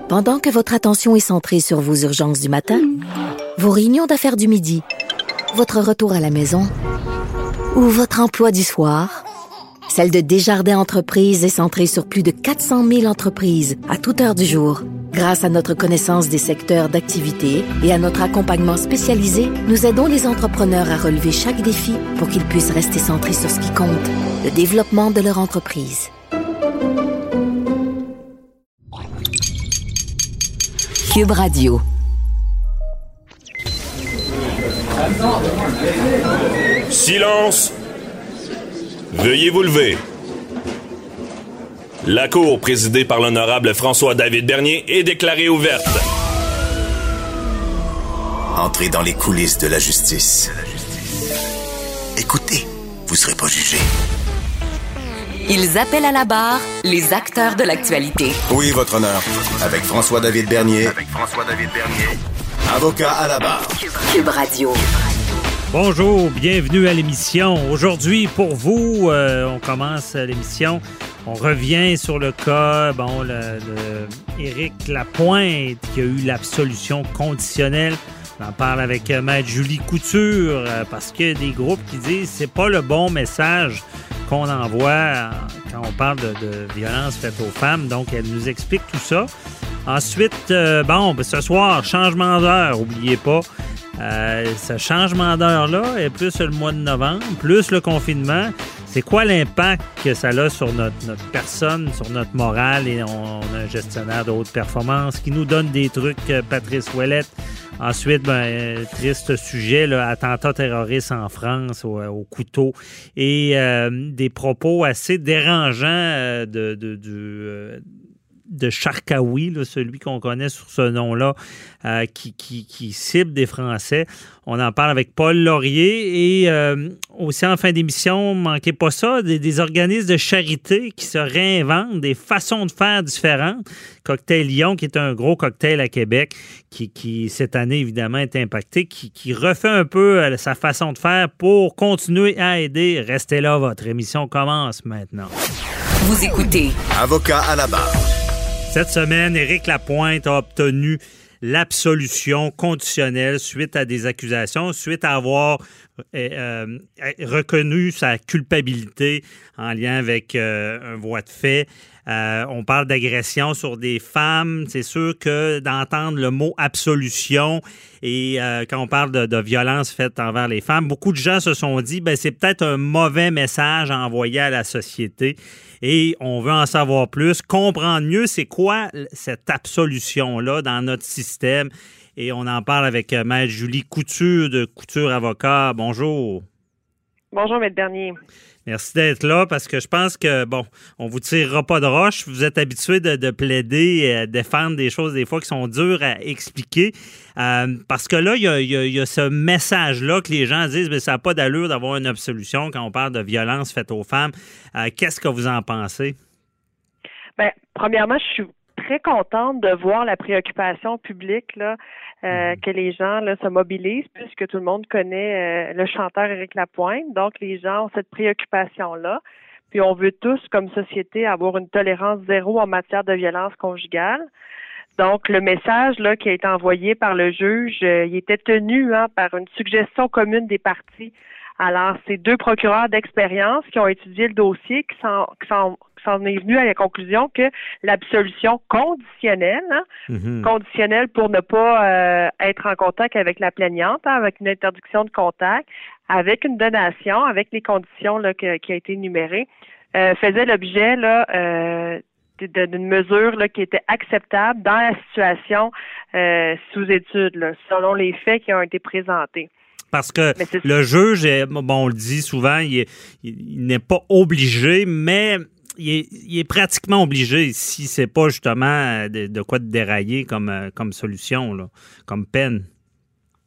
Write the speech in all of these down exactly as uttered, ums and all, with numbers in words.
Pendant que votre attention est centrée sur vos urgences du matin, vos réunions d'affaires du midi, votre retour à la maison ou votre emploi du soir, celle de Desjardins Entreprises est centrée sur plus de quatre cent mille entreprises à toute heure du jour. Grâce à notre connaissance des secteurs d'activité et à notre accompagnement spécialisé, nous aidons les entrepreneurs à relever chaque défi pour qu'ils puissent rester centrés sur ce qui compte, le développement de leur entreprise. Cube Radio. Silence! Veuillez vous lever. La cour présidée par l'honorable François-David Bernier est déclarée ouverte. Entrez dans les coulisses de la justice. Écoutez, vous serez pas jugé. Ils appellent à la barre les acteurs de l'actualité. Oui, votre honneur. Avec François-David Bernier. Avec François-David Bernier. Avocat à la barre. Cube Radio. Bonjour, bienvenue à l'émission. Aujourd'hui, pour vous, euh, on commence l'émission. On revient sur le cas, bon, le, le Éric Lapointe qui a eu l'absolution conditionnelle. On en parle avec euh, Maître Julie Couture euh, parce qu'il y a des groupes qui disent que c'est pas le bon message qu'on envoie euh, quand on parle de, de violence faite aux femmes. Donc, elle nous explique tout ça. Ensuite, euh, bon, ben, ce soir, changement d'heure, n'oubliez pas. Euh, ce changement d'heure-là est plus le mois de novembre, plus le confinement. C'est quoi l'impact que ça a sur notre, notre personne, sur notre morale? Et on, on a un gestionnaire de haute performance qui nous donne des trucs, euh, Patrice Ouellette. Ensuite, ben, euh, triste sujet, là, attentat terroriste en France au, au couteau et euh, des propos assez dérangeants euh, de, de, de, euh, de Charkaoui, là, celui qu'on connaît sur ce nom-là, euh, qui, qui, qui cible des Français. On en parle avec Paul Laurier et euh, aussi en fin d'émission, manquez pas ça, des, des organismes de charité qui se réinventent, des façons de faire différentes. Cocktail Lyon, qui est un gros cocktail à Québec, qui, qui cette année, évidemment, est impacté, qui, qui refait un peu euh, sa façon de faire pour continuer à aider. Restez là, votre émission commence maintenant. Vous écoutez Avocat à la barre. Cette semaine, Éric Lapointe a obtenu l'absolution conditionnelle suite à des accusations, suite à avoir euh, euh, reconnu sa culpabilité en lien avec euh, un voie de fait. Euh, on parle d'agression sur des femmes. C'est sûr que d'entendre le mot absolution et euh, quand on parle de, de violence faite envers les femmes, beaucoup de gens se sont dit ben c'est peut-être un mauvais message à envoyer à la société et on veut en savoir plus, comprendre mieux c'est quoi cette absolution-là dans notre système. Et on en parle avec euh, Maître Julie Couture de Couture Avocat. Bonjour. Bonjour, Maître Bernier. Merci d'être là parce que je pense que, bon, on vous tirera pas de roche. Vous êtes habitué de, de plaider et de défendre des choses des fois qui sont dures à expliquer. Euh, parce que là, il y a, y a, y a ce message-là que les gens disent, mais ça n'a pas d'allure d'avoir une absolution quand on parle de violence faite aux femmes. Euh, qu'est-ce que vous en pensez? Bien, premièrement, je suis très contente de voir la préoccupation publique là, euh, que les gens là, se mobilisent puisque tout le monde connaît euh, le chanteur Éric Lapointe. Donc, les gens ont cette préoccupation-là. Puis, on veut tous, comme société, avoir une tolérance zéro en matière de violence conjugale. Donc, le message là qui a été envoyé par le juge, euh, il était tenu hein, par une suggestion commune des parties. Alors, c'est deux procureurs d'expérience qui ont étudié le dossier, qui sont, qui sont s'en est venu à la conclusion que l'absolution conditionnelle, hein, mm-hmm. conditionnelle pour ne pas euh, être en contact avec la plaignante, hein, avec une interdiction de contact, avec une donation, avec les conditions là, que, qui a été énumérées, euh, faisait l'objet là euh, d'une mesure là, qui était acceptable dans la situation euh, sous étude, là, selon les faits qui ont été présentés. Parce que le juge, est, bon, on le dit souvent, il, est, il n'est pas obligé, mais il est, il est pratiquement obligé si c'est pas justement de, de quoi de dérailler comme, comme solution, là, comme peine.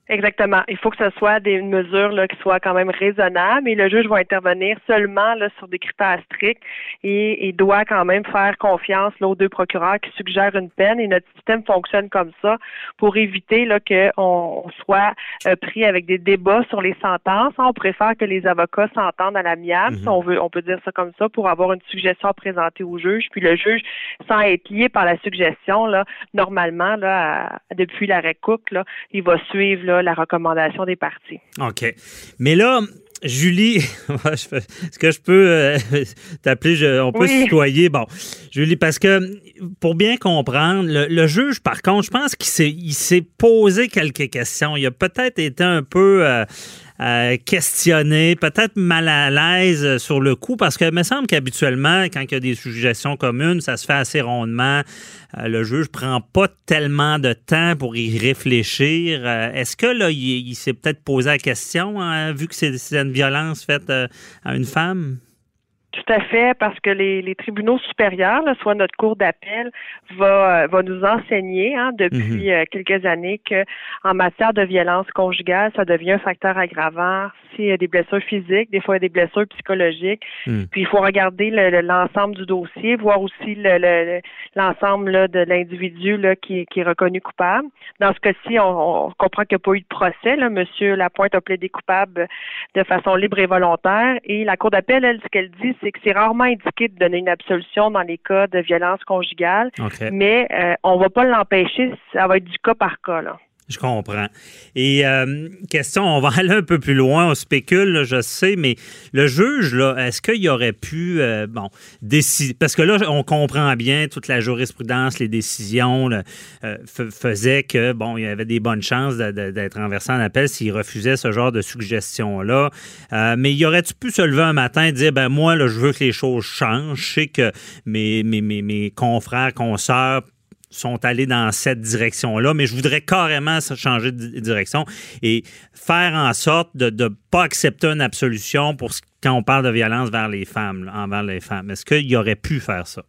Exactement. Il faut que ce soit des mesures là, qui soient quand même raisonnables et le juge va intervenir seulement là, sur des critères stricts et, et doit quand même faire confiance là, aux deux procureurs qui suggèrent une peine et notre système fonctionne comme ça pour éviter là, qu'on soit euh, pris avec des débats sur les sentences. On préfère que les avocats s'entendent à l'amiable, mm-hmm. si on veut, on peut dire ça comme ça, pour avoir une suggestion à présenter au juge. Puis le juge, sans être lié par la suggestion, là, normalement, là, à, depuis l'arrêt Cook, là, il va suivre là, la recommandation des parties. OK. Mais là, Julie, est-ce que je peux euh, t'appeler, je, on peut oui. se tutoyer? Bon, Julie, parce que pour bien comprendre, le, le juge, par contre, je pense qu'il s'est, il s'est posé quelques questions. Il a peut-être été un peu euh, euh, questionné, peut-être mal à l'aise sur le coup, parce que il me semble qu'habituellement, quand il y a des suggestions communes, ça se fait assez rondement. Euh, le juge prend pas tellement de temps pour y réfléchir. Euh, est-ce que là, il, il s'est peut-être posé la question, hein, vu que c'est, c'est une violence faite euh, à une femme? Tout à fait, parce que les, les tribunaux supérieurs, là, soit notre cour d'appel, va, va nous enseigner hein, depuis mm-hmm. euh, quelques années que en matière de violence conjugale, ça devient un facteur aggravant. S'il y a des blessures physiques, des fois il y a des blessures psychologiques. Mm. Puis il faut regarder le, le, l'ensemble du dossier, voir aussi le, le, l'ensemble là, de l'individu là, qui, qui est reconnu coupable. Dans ce cas-ci, on, on comprend qu'il n'y a pas eu de procès. Là. Monsieur Lapointe a plaidé coupable de façon libre et volontaire. Et la cour d'appel, elle, ce qu'elle dit, c'est que c'est rarement indiqué de donner une absolution dans les cas de violence conjugale, okay. mais euh, on ne va pas l'empêcher, ça va être du cas par cas, là. Je comprends. Et euh, question, on va aller un peu plus loin, on spécule, là, je sais, mais le juge, là, est-ce qu'il aurait pu, euh, bon, décider, parce que là, on comprend bien toute la jurisprudence, les décisions là, euh, f- faisaient que, bon, il y avait des bonnes chances de, de, d'être renversé en appel s'il refusait ce genre de suggestion-là. Euh, mais il aurait-tu pu se lever un matin et dire, ben moi, là, je veux que les choses changent, je sais que mes, mes, mes, mes confrères, consoeurs, sont allés dans cette direction-là, mais je voudrais carrément changer de direction et faire en sorte de ne pas accepter une absolution pour quand on parle de violence vers les femmes, là, envers les femmes. Est-ce qu'il aurait pu faire ça?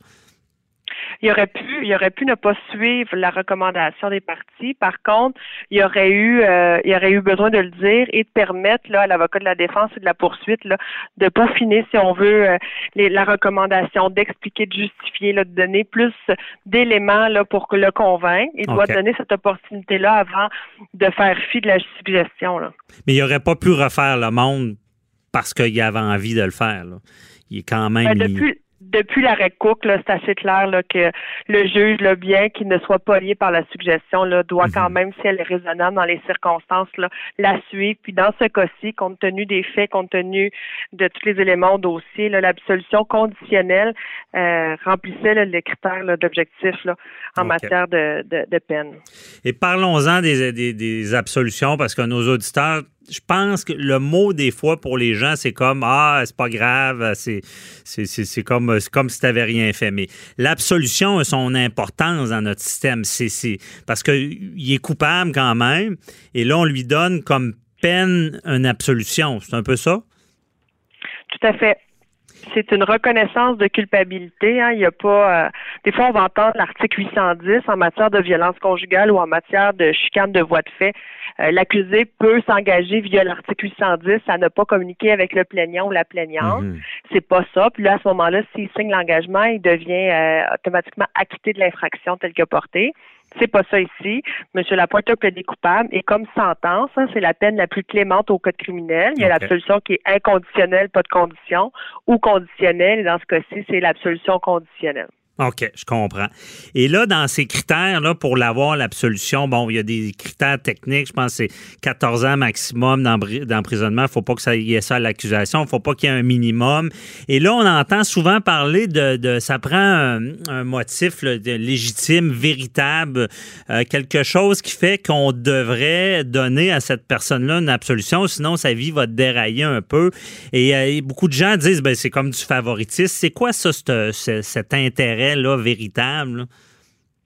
Il aurait pu, il aurait pu ne pas suivre la recommandation des parties. Par contre, il aurait eu, euh, il aurait eu besoin de le dire et de permettre là à l'avocat de la défense et de la poursuite là de peaufiner, si on veut, euh, les, la recommandation, d'expliquer, de justifier, là, de donner plus d'éléments là pour le convaincre. Il doit okay. donner cette opportunité-là avant de faire fi de la suggestion là. Mais il n'aurait pas pu refaire le monde parce qu'il avait envie de le faire. Là. Il est quand même. Ben, depuis... Depuis l'arrêt Cook, là, c'est assez clair là, que le juge, là, bien qu'il ne soit pas lié par la suggestion, là, doit mm-hmm. quand même, si elle est raisonnable dans les circonstances, là, la suivre. Puis dans ce cas-ci, compte tenu des faits, compte tenu de tous les éléments au dossier, là, l'absolution conditionnelle euh, remplissait là, les critères là, d'objectif là, en okay. matière de, de, de peine. Et parlons-en des, des, des absolutions, parce que nos auditeurs, je pense que le mot, des fois, pour les gens, c'est comme « Ah, c'est pas grave, c'est, c'est, c'est, c'est, comme, c'est comme si tu n'avais rien fait. » Mais l'absolution a son importance dans notre système. C'est, c'est, parce qu'il est coupable quand même, et là, on lui donne comme peine une absolution. C'est un peu ça? Tout à fait. C'est une reconnaissance de culpabilité. Hein. Il y a pas. Euh, des fois, on va entendre l'article huit cent dix en matière de violence conjugale ou en matière de chicane de voie de fait. Euh, l'accusé peut s'engager via l'article huit cent dix à ne pas communiquer avec le plaignant ou la plaignante. Mm-hmm. C'est pas ça. Puis là, à ce moment-là, s'il signe l'engagement, il devient euh, automatiquement acquitté de l'infraction telle que portée. C'est pas ça ici. M. Lapointe a plaidé coupable et comme sentence, hein, c'est la peine la plus clémente au code criminel. Il y a okay. l'absolution qui est inconditionnelle, pas de condition, ou conditionnelle. Et dans ce cas-ci, c'est l'absolution conditionnelle. OK, je comprends. Et là, dans ces critères-là, pour l'avoir, l'absolution, bon, il y a des critères techniques. Je pense que c'est quatorze ans maximum d'emprisonnement. Il ne faut pas que ça y ait ça à l'accusation. Il ne faut pas qu'il y ait un minimum. Et là, on entend souvent parler de... de ça prend un, un motif là, de légitime, véritable, euh, quelque chose qui fait qu'on devrait donner à cette personne-là une absolution, sinon sa vie va dérailler un peu. Et, euh, et beaucoup de gens disent, ben c'est comme du favoritisme. C'est quoi ça, cet, cet intérêt là, véritable? Là?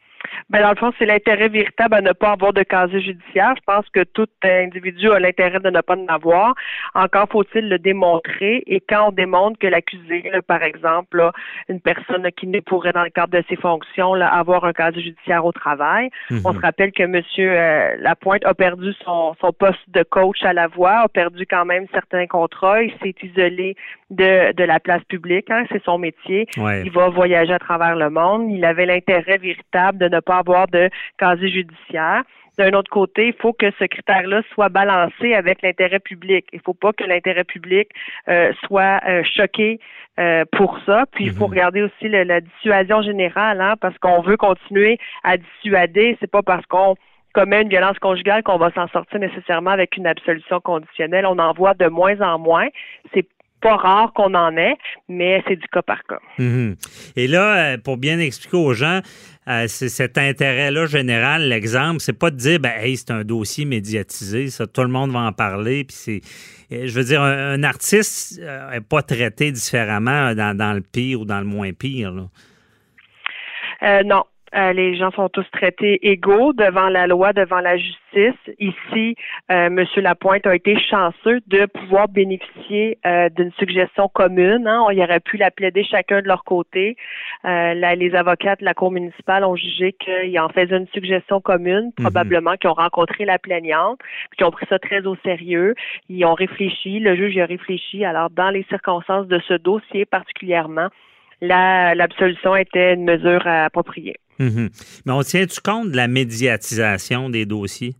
Ben, dans le fond, c'est l'intérêt véritable à ne pas avoir de casier judiciaire. Je pense que tout individu a l'intérêt de ne pas en avoir. Encore faut-il le démontrer. Et quand on démontre que l'accusé, là, par exemple, là, une personne là, qui ne pourrait, dans le cadre de ses fonctions, là, avoir un casier judiciaire au travail, mm-hmm. on se rappelle que M. Euh, Lapointe a perdu son, son poste de coach à la voix, a perdu quand même certains contrats. Il s'est isolé de, de la place publique. Hein, c'est son métier. Ouais. Il va voyager à travers le monde. Il avait l'intérêt véritable de ne pas avoir de casier judiciaire. D'un autre côté, il faut que ce critère-là soit balancé avec l'intérêt public. Il ne faut pas que l'intérêt public euh, soit euh, choqué euh, pour ça. Puis, il faut mm-hmm. regarder aussi le, la dissuasion générale, hein, parce qu'on veut continuer à dissuader. C'est pas parce qu'on commet une violence conjugale qu'on va s'en sortir nécessairement avec une absolution conditionnelle. On en voit de moins en moins. C'est pas rare qu'on en ait, mais c'est du cas par cas. Mm-hmm. Et là, pour bien expliquer aux gens, euh, c'est cet intérêt-là général, l'exemple, c'est pas de dire, ben, hey, c'est un dossier médiatisé, ça, tout le monde va en parler, puis c'est, je veux dire, un, un artiste n'est pas traité différemment dans, dans le pire ou dans le moins pire, là. Euh, non. Euh, les gens sont tous traités égaux devant la loi, devant la justice. Ici, euh, M. Lapointe a été chanceux de pouvoir bénéficier euh, d'une suggestion commune. Hein. On y aurait pu la plaider chacun de leur côté. Euh, la, les avocats de la Cour municipale ont jugé qu'ils en faisaient une suggestion commune, mm-hmm. probablement qu'ils ont rencontré la plaignante, puis qu'ils ont pris ça très au sérieux. Ils ont réfléchi, le juge y a réfléchi. Alors, dans les circonstances de ce dossier particulièrement, la, l'absolution était une mesure appropriée. Mm-hmm. Mais on tient-tu compte de la médiatisation des dossiers?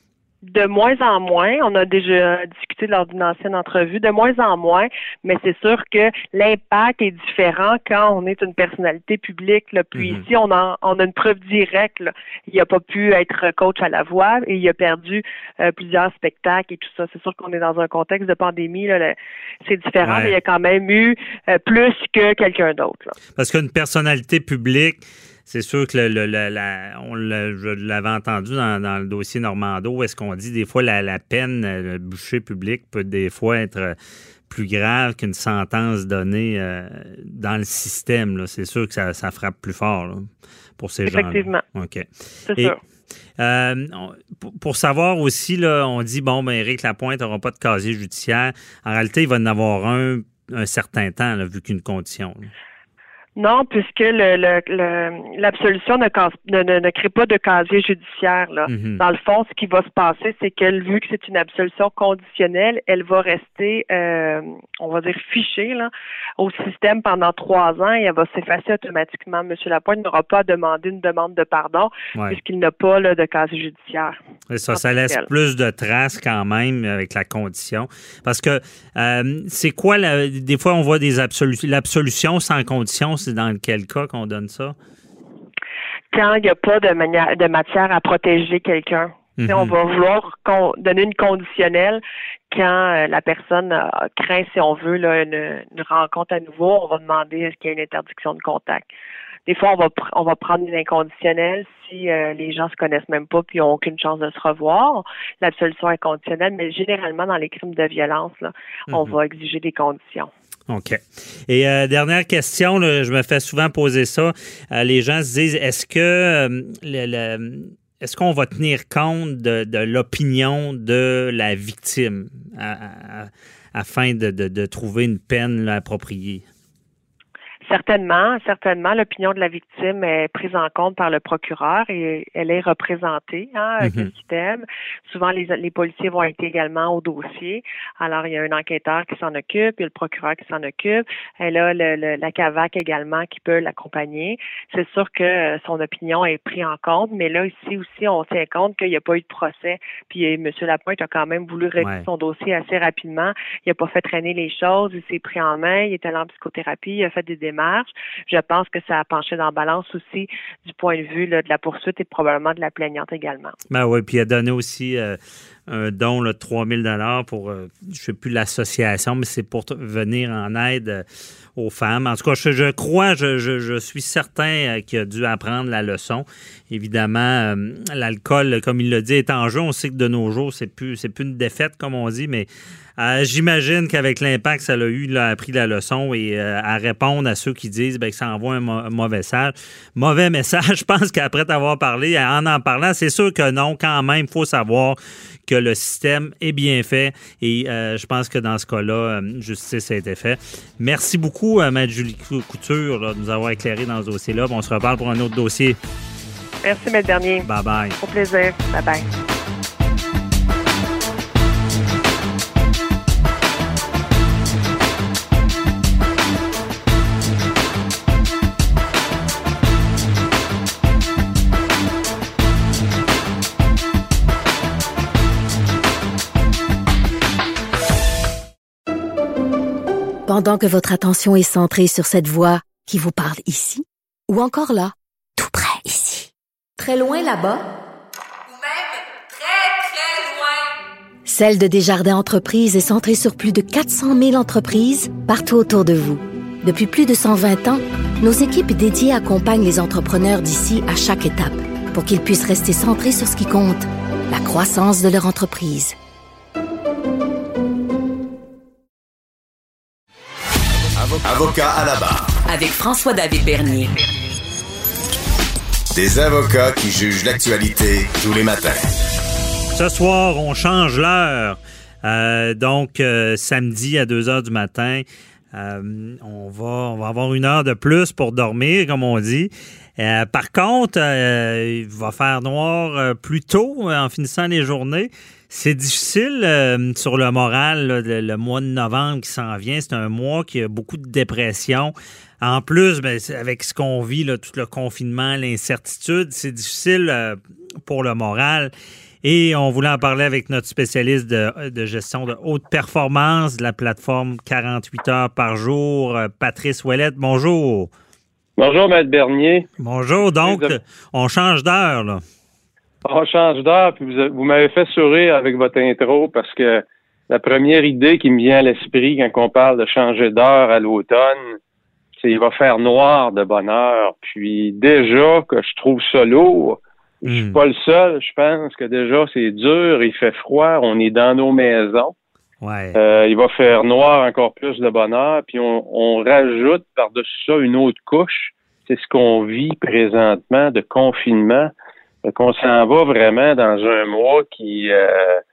De moins en moins, on a déjà discuté lors d'une ancienne entrevue, de moins en moins, mais c'est sûr que l'impact est différent quand on est une personnalité publique. Là. Puis mm-hmm. ici, on a, on a une preuve directe. Là. Il n'a pas pu être coach à la voix et il a perdu euh, plusieurs spectacles et tout ça. C'est sûr qu'on est dans un contexte de pandémie. Là, là, c'est différent, ouais. mais il y a quand même eu euh, plus que quelqu'un d'autre. Là. Parce qu'une personnalité publique, c'est sûr que le, le, le, la, on l'a, je l'avais entendu dans, dans le dossier Normando, où est-ce qu'on dit des fois la, la peine, le bûcher public peut des fois être plus grave qu'une sentence donnée euh, dans le système. Là. C'est sûr que ça, ça frappe plus fort là, pour ces gens-là. Effectivement. OK. C'est Et, sûr. Euh, on, pour, pour savoir aussi, là, on dit, bon, ben Éric Lapointe n'aura pas de casier judiciaire. En réalité, il va en avoir un un certain temps, là, vu qu'une condition. Là. Non, puisque le, le, le, l'absolution ne, ne, ne, ne crée pas de casier judiciaire. Là. Mm-hmm. Dans le fond, ce qui va se passer, c'est qu'elle, vu que c'est une absolution conditionnelle, elle va rester, euh, on va dire, fichée là, au système pendant trois ans et elle va s'effacer automatiquement. M. Lapointe n'aura pas à demander une demande de pardon ouais. puisqu'il n'a pas là, de casier judiciaire. Et ça, ça laisse plus de traces quand même avec la condition. Parce que euh, c'est quoi, la, des fois, on voit des absolu- l'absolution sans condition, c'est dans quel cas qu'on donne ça? Quand il n'y a pas de, manière, de matière à protéger quelqu'un. Mm-hmm. On va vouloir con, donner une conditionnelle quand euh, la personne euh, craint, si on veut, là, une, une rencontre à nouveau. On va demander est-ce qu'il y a une interdiction de contact. Des fois, on va pr- on va prendre une inconditionnelle si euh, les gens se connaissent même pas puis n'ont aucune chance de se revoir. L'absolution est conditionnelle, mais généralement, dans les crimes de violence, là, mm-hmm. on va exiger des conditions. OK. Et euh, dernière question, là, je me fais souvent poser ça. Euh, les gens se disent, est-ce que euh, le, le, est-ce qu'on va tenir compte de, de l'opinion de la victime à, à, afin de, de, de trouver une peine là, appropriée? Certainement, certainement, l'opinion de la victime est prise en compte par le procureur et elle est représentée hein, avec mm-hmm. le système. Souvent, les, les policiers vont être également au dossier. Alors, il y a un enquêteur qui s'en occupe, il y a le procureur qui s'en occupe. Elle a le, le, la C A V A C également qui peut l'accompagner. C'est sûr que son opinion est prise en compte, mais là, ici aussi, on tient compte qu'il n'y a pas eu de procès. Puis, M. Lapointe a quand même voulu régler ouais. son dossier assez rapidement. Il n'a pas fait traîner les choses, il s'est pris en main, il est allé en psychothérapie, il a fait des démarches. Je pense que ça a penché dans la balance aussi du point de vue là, de la poursuite et probablement de la plaignante également. Ben oui, puis il a donné aussi euh, un don là, de trois mille dollars pour, euh, je ne sais plus l'association, mais c'est pour t- venir en aide euh, aux femmes. En tout cas, je, je crois, je, je, je suis certain euh, qu'il a dû apprendre la leçon. Évidemment, euh, l'alcool, comme il l'a dit, est en jeu. On sait que de nos jours, c'est plus, c'est plus une défaite, comme on dit, mais euh, j'imagine qu'avec l'impact que ça a eu, il a appris la leçon et euh, à répondre à ceux qui disent ben, que ça envoie un, mo- un mauvais message. Mauvais message, je pense qu'après t'avoir parlé, en en parlant, c'est sûr que non, quand même, il faut savoir que le système est bien fait et euh, je pense que dans ce cas-là, euh, justice a été faite. Merci beaucoup, euh, Maître Julie Couture, là, de nous avoir éclairé dans ce dossier-là. On se reparle pour un autre dossier. Merci, Maître Bernier. Bye-bye. Au plaisir. Bye-bye. Pendant que votre attention est centrée sur cette voix qui vous parle ici, ou encore là, tout près ici, très loin là-bas, ou même très, très loin. Celle de Desjardins Entreprises est centrée sur plus de quatre cent mille entreprises partout autour de vous. Depuis plus de cent vingt ans, nos équipes dédiées accompagnent les entrepreneurs d'ici à chaque étape pour qu'ils puissent rester centrés sur ce qui compte, la croissance de leur entreprise. Avocat à la barre. Avec François-David Bernier. Des avocats qui jugent l'actualité tous les matins. Ce soir, on change l'heure. Euh, donc, euh, samedi à deux heures du matin, euh, on va, on va avoir une heure de plus pour dormir, comme on dit. Euh, par contre, euh, il va faire noir euh, plus tôt en finissant les journées. C'est difficile euh, sur le moral, là, le, le mois de novembre qui s'en vient. C'est un mois qui a beaucoup de dépression. En plus, ben, avec ce qu'on vit, là, tout le confinement, l'incertitude, c'est difficile euh, pour le moral. Et on voulait en parler avec notre spécialiste de, de gestion de haute performance de la plateforme quarante-huit heures par jour, Patrice Ouellette. Bonjour. Bonjour, Maître Bernier. Bonjour. Donc, on change d'heure, là. On change d'heure, puis vous, vous m'avez fait sourire avec votre intro parce que la première idée qui me vient à l'esprit quand on parle de changer d'heure à l'automne, c'est qu'il va faire noir de bonne heure. Puis déjà que je trouve ça lourd, je suis pas le seul, je pense que déjà c'est dur, il fait froid, on est dans nos maisons. Ouais. Euh, il va faire noir encore plus de bonne heure, puis on, on rajoute par-dessus ça une autre couche. C'est ce qu'on vit présentement de confinement. Donc, on s'en va vraiment dans un mois qui, euh,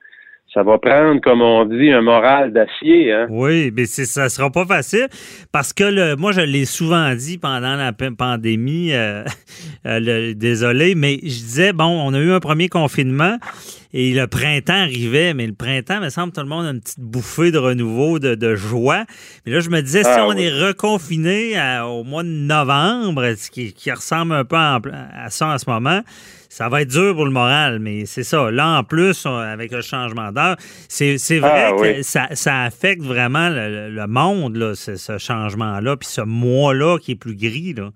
ça va prendre, comme on dit, un moral d'acier. Hein? Oui, mais c'est, ça sera pas facile parce que le, moi, je l'ai souvent dit pendant la pandémie, euh, euh, le, désolé, mais je disais, bon, on a eu un premier confinement et le printemps arrivait, mais le printemps, me semble, tout le monde a une petite bouffée de renouveau, de, de joie. Mais là, je me disais, ah, si on oui. est reconfiné à, au mois de novembre, ce qui, qui ressemble un peu à, à ça en ce moment, ça va être dur pour le moral, mais c'est ça. Là, en plus, on, avec le changement d'heure, c'est, c'est vrai ah, que oui. ça, ça affecte vraiment le, le monde, là, ce, ce changement-là, puis ce mois-là qui est plus gris, là.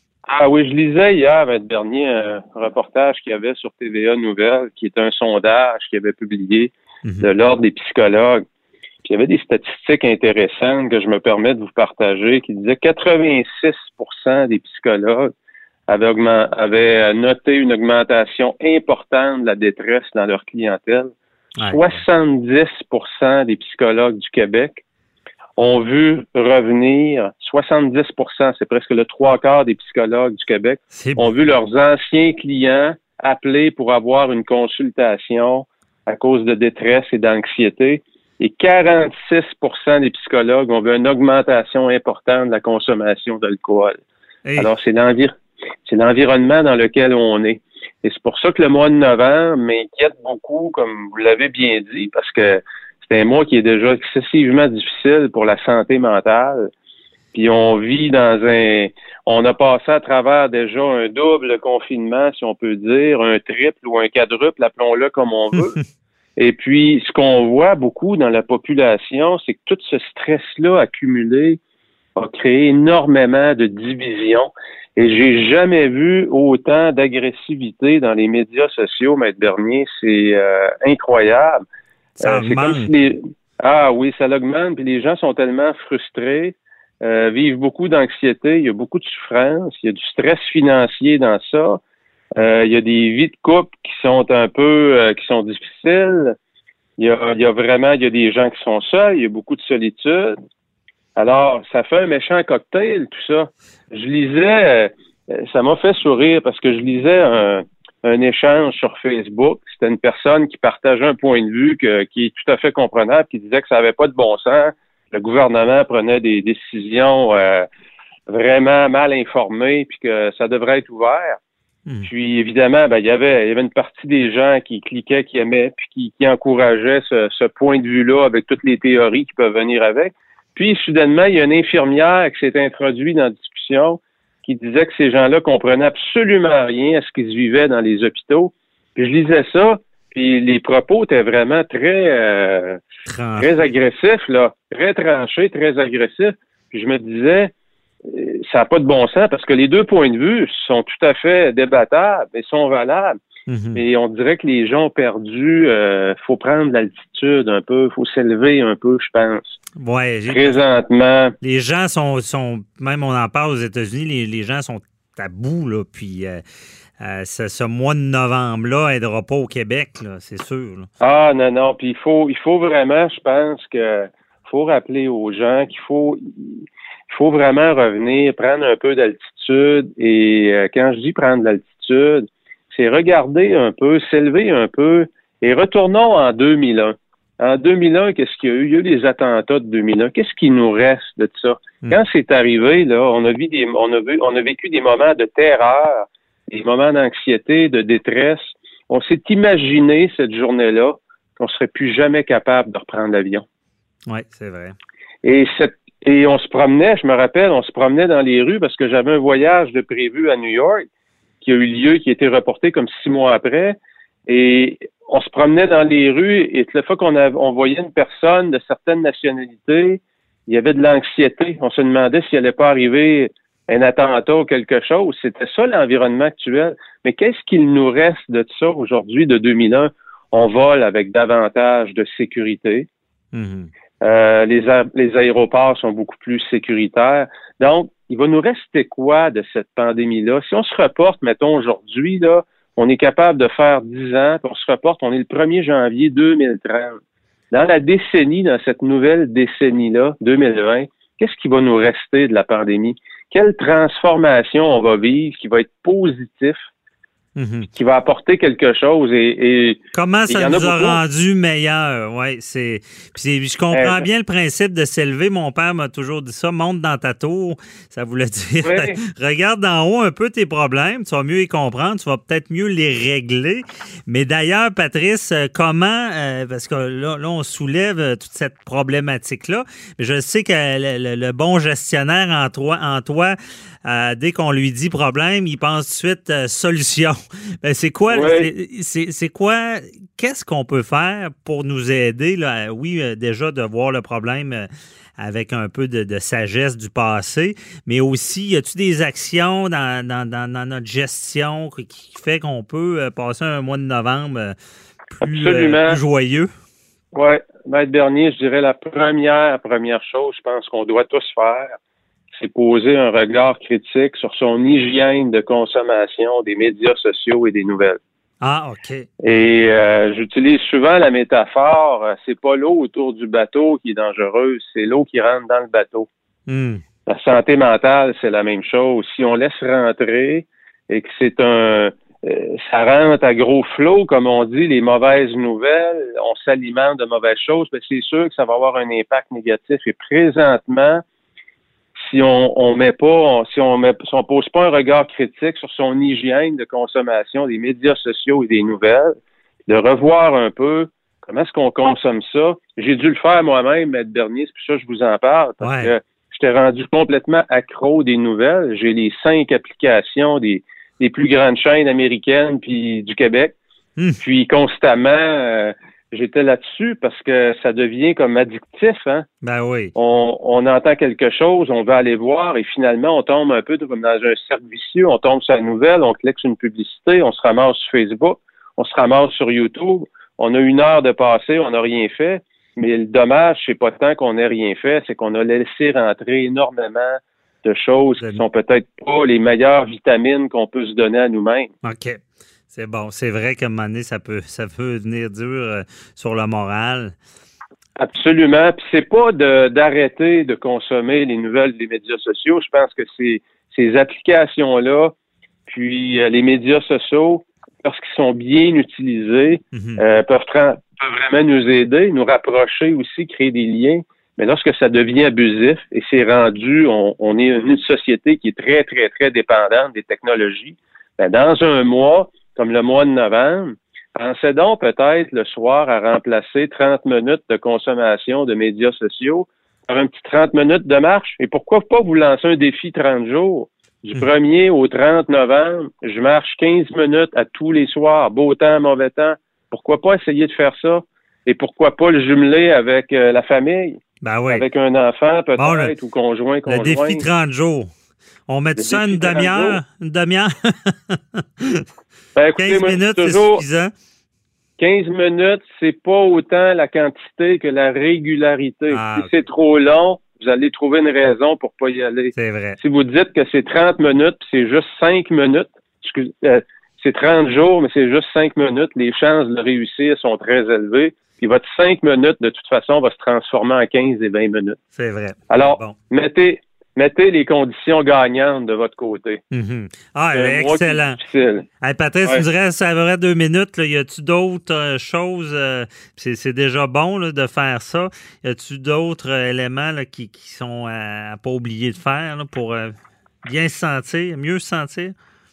Ah oui, je lisais hier, Maître Bernier, un reportage qu'il y avait sur T V A Nouvelles, qui est un sondage qu'il avait publié mm-hmm. de l'Ordre des psychologues. Puis il y avait des statistiques intéressantes que je me permets de vous partager, qui disaient que quatre-vingt-six pour cent des psychologues avaient, augment, avaient noté une augmentation importante de la détresse dans leur clientèle. Ouais. soixante-dix pour cent des psychologues du Québec ont vu revenir, soixante-dix pour cent, c'est presque le trois quarts des psychologues du Québec, c'est... ont vu leurs anciens clients appeler pour avoir une consultation à cause de détresse et d'anxiété. Et quarante-six pour cent des psychologues ont vu une augmentation importante de la consommation d'alcool. Hey. Alors, c'est, l'envir... c'est l'environnement dans lequel on est. Et c'est pour ça que le mois de novembre m'inquiète beaucoup, comme vous l'avez bien dit, parce que c'est un mois qui est déjà excessivement difficile pour la santé mentale. Puis on vit dans un... On a passé à travers déjà un double confinement, si on peut dire, un triple ou un quadruple, appelons-le comme on veut. Et puis, ce qu'on voit beaucoup dans la population, c'est que tout ce stress-là accumulé a créé énormément de divisions. Et j'ai jamais vu autant d'agressivité dans les médias sociaux, Maître Bernier. C'est euh, incroyable. Ça euh, c'est manque. comme si les... Ah oui, ça l'augmente, puis les gens sont tellement frustrés, euh, vivent beaucoup d'anxiété, il y a beaucoup de souffrance, il y a du stress financier dans ça, euh, il y a des vies de couple qui sont un peu, euh, qui sont difficiles, il y a, il y a vraiment, il y a des gens qui sont seuls, il y a beaucoup de solitude. Alors, ça fait un méchant cocktail, tout ça. Je lisais, euh, ça m'a fait sourire parce que je lisais un, un échange sur Facebook. C'était une personne qui partageait un point de vue que, qui est tout à fait comprenable, qui disait que ça n'avait pas de bon sens. Le gouvernement prenait des décisions euh, vraiment mal informées, puis que ça devrait être ouvert. Mmh. Puis évidemment, ben, il y avait, il y avait une partie des gens qui cliquaient, qui aimaient, puis qui, qui encourageaient ce, ce point de vue-là avec toutes les théories qui peuvent venir avec. Puis, soudainement, il y a une infirmière qui s'est introduite dans la discussion qui disait que ces gens-là comprenaient absolument rien à ce qui se vivait dans les hôpitaux. Puis, je lisais ça, puis les propos étaient vraiment très euh, très agressifs, là, très tranchés, très agressifs. Puis, je me disais, ça n'a pas de bon sens parce que les deux points de vue sont tout à fait débattables et sont valables. Mm-hmm. Et on dirait que les gens ont perdu, il euh, faut prendre l'altitude un peu, il faut s'élever un peu, je pense. Ouais, présentement. Les gens sont, sont, même on en parle aux États-Unis, les, les gens sont à bout, là, puis euh, euh, ce, ce mois de novembre-là n'aidera pas au Québec, là, c'est sûr. Là. Ah non, non, puis il faut, il faut vraiment, je pense que faut rappeler aux gens qu'il faut, il faut vraiment revenir, prendre un peu d'altitude, et euh, quand je dis prendre de l'altitude, c'est regarder un peu, s'élever un peu, et retournons en deux mille un. En deux mille un, qu'est-ce qu'il y a eu? Il y a eu les attentats de deux mille un. Qu'est-ce qui nous reste de ça? Mm. Quand c'est arrivé, là, on a, vu des, on, a vu, on a vécu des moments de terreur, des moments d'anxiété, de détresse. On s'est imaginé cette journée-là qu'on serait plus jamais capable de reprendre l'avion. Oui, c'est vrai. Et, cette, et on se promenait, je me rappelle, on se promenait dans les rues parce que j'avais un voyage de prévu à New York qui a eu lieu, qui a été reporté comme six mois après. Et on se promenait dans les rues et toute la fois qu'on a, on voyait une personne de certaines nationalités, il y avait de l'anxiété. On se demandait s'il n'allait pas arriver un attentat ou quelque chose. C'était ça l'environnement actuel. Mais qu'est-ce qu'il nous reste de ça aujourd'hui, de deux mille un? On vole avec davantage de sécurité. Mm-hmm. Euh, les, a- les aéroports sont beaucoup plus sécuritaires. Donc, il va nous rester quoi de cette pandémie-là? Si on se reporte, mettons, aujourd'hui, là, on est capable de faire dix ans, puis on se reporte, on est le premier janvier deux mille trente. Dans la décennie, dans cette nouvelle décennie-là, deux mille vingt, qu'est-ce qui va nous rester de la pandémie? Quelle transformation on va vivre qui va être positif, mm-hmm. qui va apporter quelque chose? Et, et comment ça et nous a, a rendu meilleurs? Ouais, c'est. Puis je comprends euh, bien le principe de s'élever. Mon père m'a toujours dit ça. Monte dans ta tour. Ça voulait dire oui. Regarde d'en haut un peu tes problèmes. Tu vas mieux y comprendre. Tu vas peut-être mieux les régler. Mais d'ailleurs, Patrice, comment euh, parce que là, là, on soulève toute cette problématique-là. Mais je sais que le, le, le bon gestionnaire en toi, en toi euh, dès qu'on lui dit problème, il pense tout de suite euh, solution. Ben, c'est quoi, oui. c'est, c'est quoi, qu'est-ce qu'on peut faire pour nous aider, là, oui, euh, déjà de voir le problème euh, avec un peu de, de sagesse du passé, mais aussi, y a-t-il des actions dans, dans, dans, dans notre gestion qui fait qu'on peut euh, passer un mois de novembre euh, plus, euh, plus joyeux? Oui, Maître Bernier, je dirais la première, première chose, je pense qu'on doit tous faire, c'est poser un regard critique sur son hygiène de consommation des médias sociaux et des nouvelles. Ah, OK. Et euh, j'utilise souvent la métaphore, euh, c'est pas l'eau autour du bateau qui est dangereuse, c'est l'eau qui rentre dans le bateau. Mm. La santé mentale, c'est la même chose. Si on laisse rentrer et que c'est un... Euh, ça rentre à gros flot, comme on dit, les mauvaises nouvelles, on s'alimente de mauvaises choses, mais c'est sûr que ça va avoir un impact négatif. Et présentement, si on, on met pas, on, si on met, si on pose pas un regard critique sur son hygiène de consommation des médias sociaux et des nouvelles, de revoir un peu comment est-ce qu'on consomme ça. J'ai dû le faire moi-même, Maître Bernier, c'est pour ça que je vous en parle, parce ouais. que j'étais rendu complètement accro des nouvelles. J'ai les cinq applications des, des plus grandes chaînes américaines puis du Québec. Mmh. Puis constamment, euh, j'étais là-dessus parce que ça devient comme addictif, hein. Ben oui. On, on entend quelque chose, on va aller voir et finalement, on tombe un peu comme dans un cercle vicieux. On tombe sur la nouvelle, on clique sur une publicité, on se ramasse sur Facebook, on se ramasse sur YouTube. On a une heure de passé, on n'a rien fait. Mais le dommage, c'est pas tant qu'on n'ait rien fait, c'est qu'on a laissé rentrer énormément de choses qui sont peut-être pas les meilleures vitamines qu'on peut se donner à nous-mêmes. OK. C'est bon. C'est vrai qu'à un moment donné, ça peut, ça peut venir dur euh, sur le moral. Absolument. Puis c'est pas de, d'arrêter de consommer les nouvelles des médias sociaux. Je pense que c'est ces applications-là, puis euh, les médias sociaux, lorsqu'ils sont bien utilisés, mm-hmm. euh, peuvent, tra- peuvent vraiment nous aider, nous rapprocher aussi, créer des liens. Mais lorsque ça devient abusif et c'est rendu, on, on est une société qui est très, très, très dépendante des technologies, ben dans un mois, comme le mois de novembre, pensez donc peut-être le soir à remplacer trente minutes de consommation de médias sociaux par un petit trente minutes de marche. Et pourquoi pas vous lancer un défi trente jours? Du premier au trente novembre, je marche quinze minutes à tous les soirs, beau temps, mauvais temps. Pourquoi pas essayer de faire ça? Et pourquoi pas le jumeler avec euh, la famille? Ben oui. Avec un enfant peut-être bon, le, ou conjoint, conjoint. Le défi trente jours. On met le ça une demi-heure? Une demi-heure? Ben, écoutez, quinze moi, minutes, toujours, c'est suffisant. quinze minutes, c'est pas autant la quantité que la régularité. Ah, si okay. c'est trop long, vous allez trouver une raison pour pas y aller. C'est vrai. Si vous dites que c'est trente minutes, puis c'est juste cinq minutes, excusez, euh, c'est trente jours, mais c'est juste cinq minutes, les chances de le réussir sont très élevées. Puis votre cinq minutes, de toute façon, va se transformer en quinze et vingt minutes. C'est vrai. Alors, bon. mettez, mettez les conditions gagnantes de votre côté. Mm-hmm. Ah, c'est excellent. Hey, Patrice, ouais. il nous reste à peu près deux minutes. Là. Y a-tu d'autres euh, choses? Euh, c'est, c'est déjà bon là, de faire ça. Y a-tu d'autres euh, éléments là, qui, qui sont à, à pas oublier de faire là, pour euh, bien se sentir, mieux se sentir?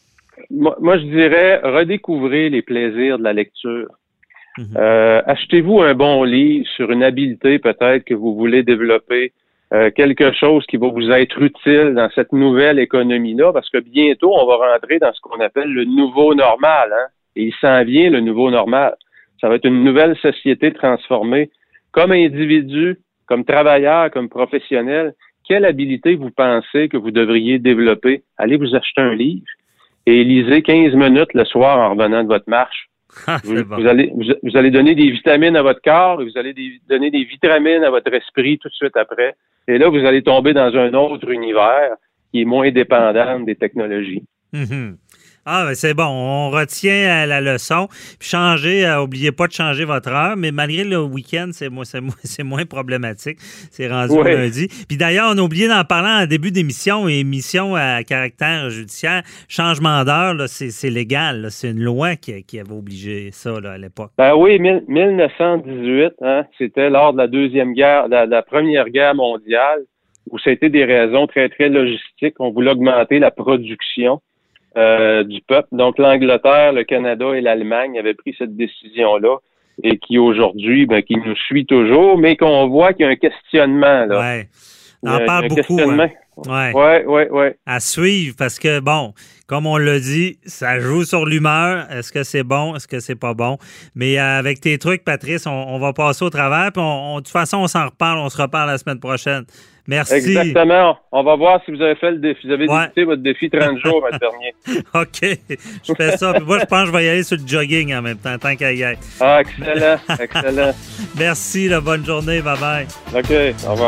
Moi, moi, je dirais redécouvrez les plaisirs de la lecture. Mm-hmm. Euh, achetez-vous un bon livre sur une habileté peut-être que vous voulez développer, euh, quelque chose qui va vous être utile dans cette nouvelle économie-là, parce que bientôt, on va rentrer dans ce qu'on appelle le nouveau normal, hein, et il s'en vient le nouveau normal. Ça va être une nouvelle société transformée. Comme individu, comme travailleur, comme professionnel, quelle habileté vous pensez que vous devriez développer? Allez vous acheter un livre et lisez quinze minutes le soir en revenant de votre marche. Ah, vous, bon. vous, allez, vous, vous allez donner des vitamines à votre corps et vous allez des, donner des vitamines à votre esprit tout de suite après. Et là, vous allez tomber dans un autre univers qui est moins dépendant des technologies. Mm-hmm. Ah, ben c'est bon. On retient la leçon. Puis changer, euh, oubliez pas de changer votre heure, mais malgré le week-end, c'est, moi, c'est, c'est moins problématique. C'est rendu ouais. lundi. Puis d'ailleurs, on a oublié d'en parler en début d'émission, émission à caractère judiciaire. Changement d'heure, là, c'est, c'est légal. Là. C'est une loi qui, qui avait obligé ça là, à l'époque. Ben oui, mille neuf cent dix-huit, hein, c'était lors de la deuxième guerre, la, la première guerre mondiale, où ça a été des raisons très, très logistiques. On voulait augmenter la production. Euh, du peuple. Donc, l'Angleterre, le Canada et l'Allemagne avaient pris cette décision-là et qui, aujourd'hui, ben, qui nous suit toujours, mais qu'on voit qu'il y a un questionnement, là. Ouais. On en un, parle un beaucoup. Hein. Ouais. Ouais, ouais, ouais. À suivre parce que, bon, comme on l'a dit, ça joue sur l'humeur. Est-ce que c'est bon? Est-ce que c'est pas bon? Mais euh, avec tes trucs, Patrice, on, on va passer au travers. Puis on, on, de toute façon, on s'en reparle. On se reparle la semaine prochaine. Merci. Exactement. On va voir si vous avez fait le défi. Vous avez ouais. débuté votre défi trente jours, votre dernier. OK. Je fais ça. Puis moi, je pense que je vais y aller sur le jogging en même temps, tant qu'à y être. Ah, excellent. Excellent. Merci. Là, bonne journée. Bye-bye. OK. Au revoir.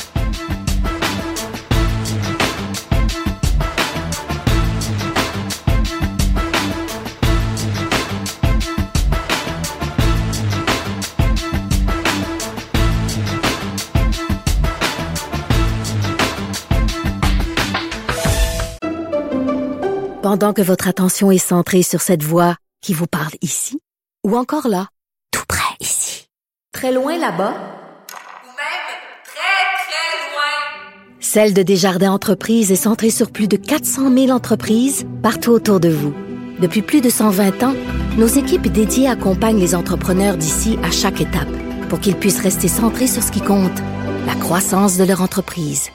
Pendant que votre attention est centrée sur cette voix qui vous parle ici, ou encore là, tout près ici, très loin là-bas, ou même très, très loin, Celle de Desjardins Entreprises est centrée sur plus de quatre cent mille entreprises partout autour de vous. Depuis plus de cent vingt ans, nos équipes dédiées accompagnent les entrepreneurs d'ici à chaque étape pour qu'ils puissent rester centrés sur ce qui compte, la croissance de leur entreprise.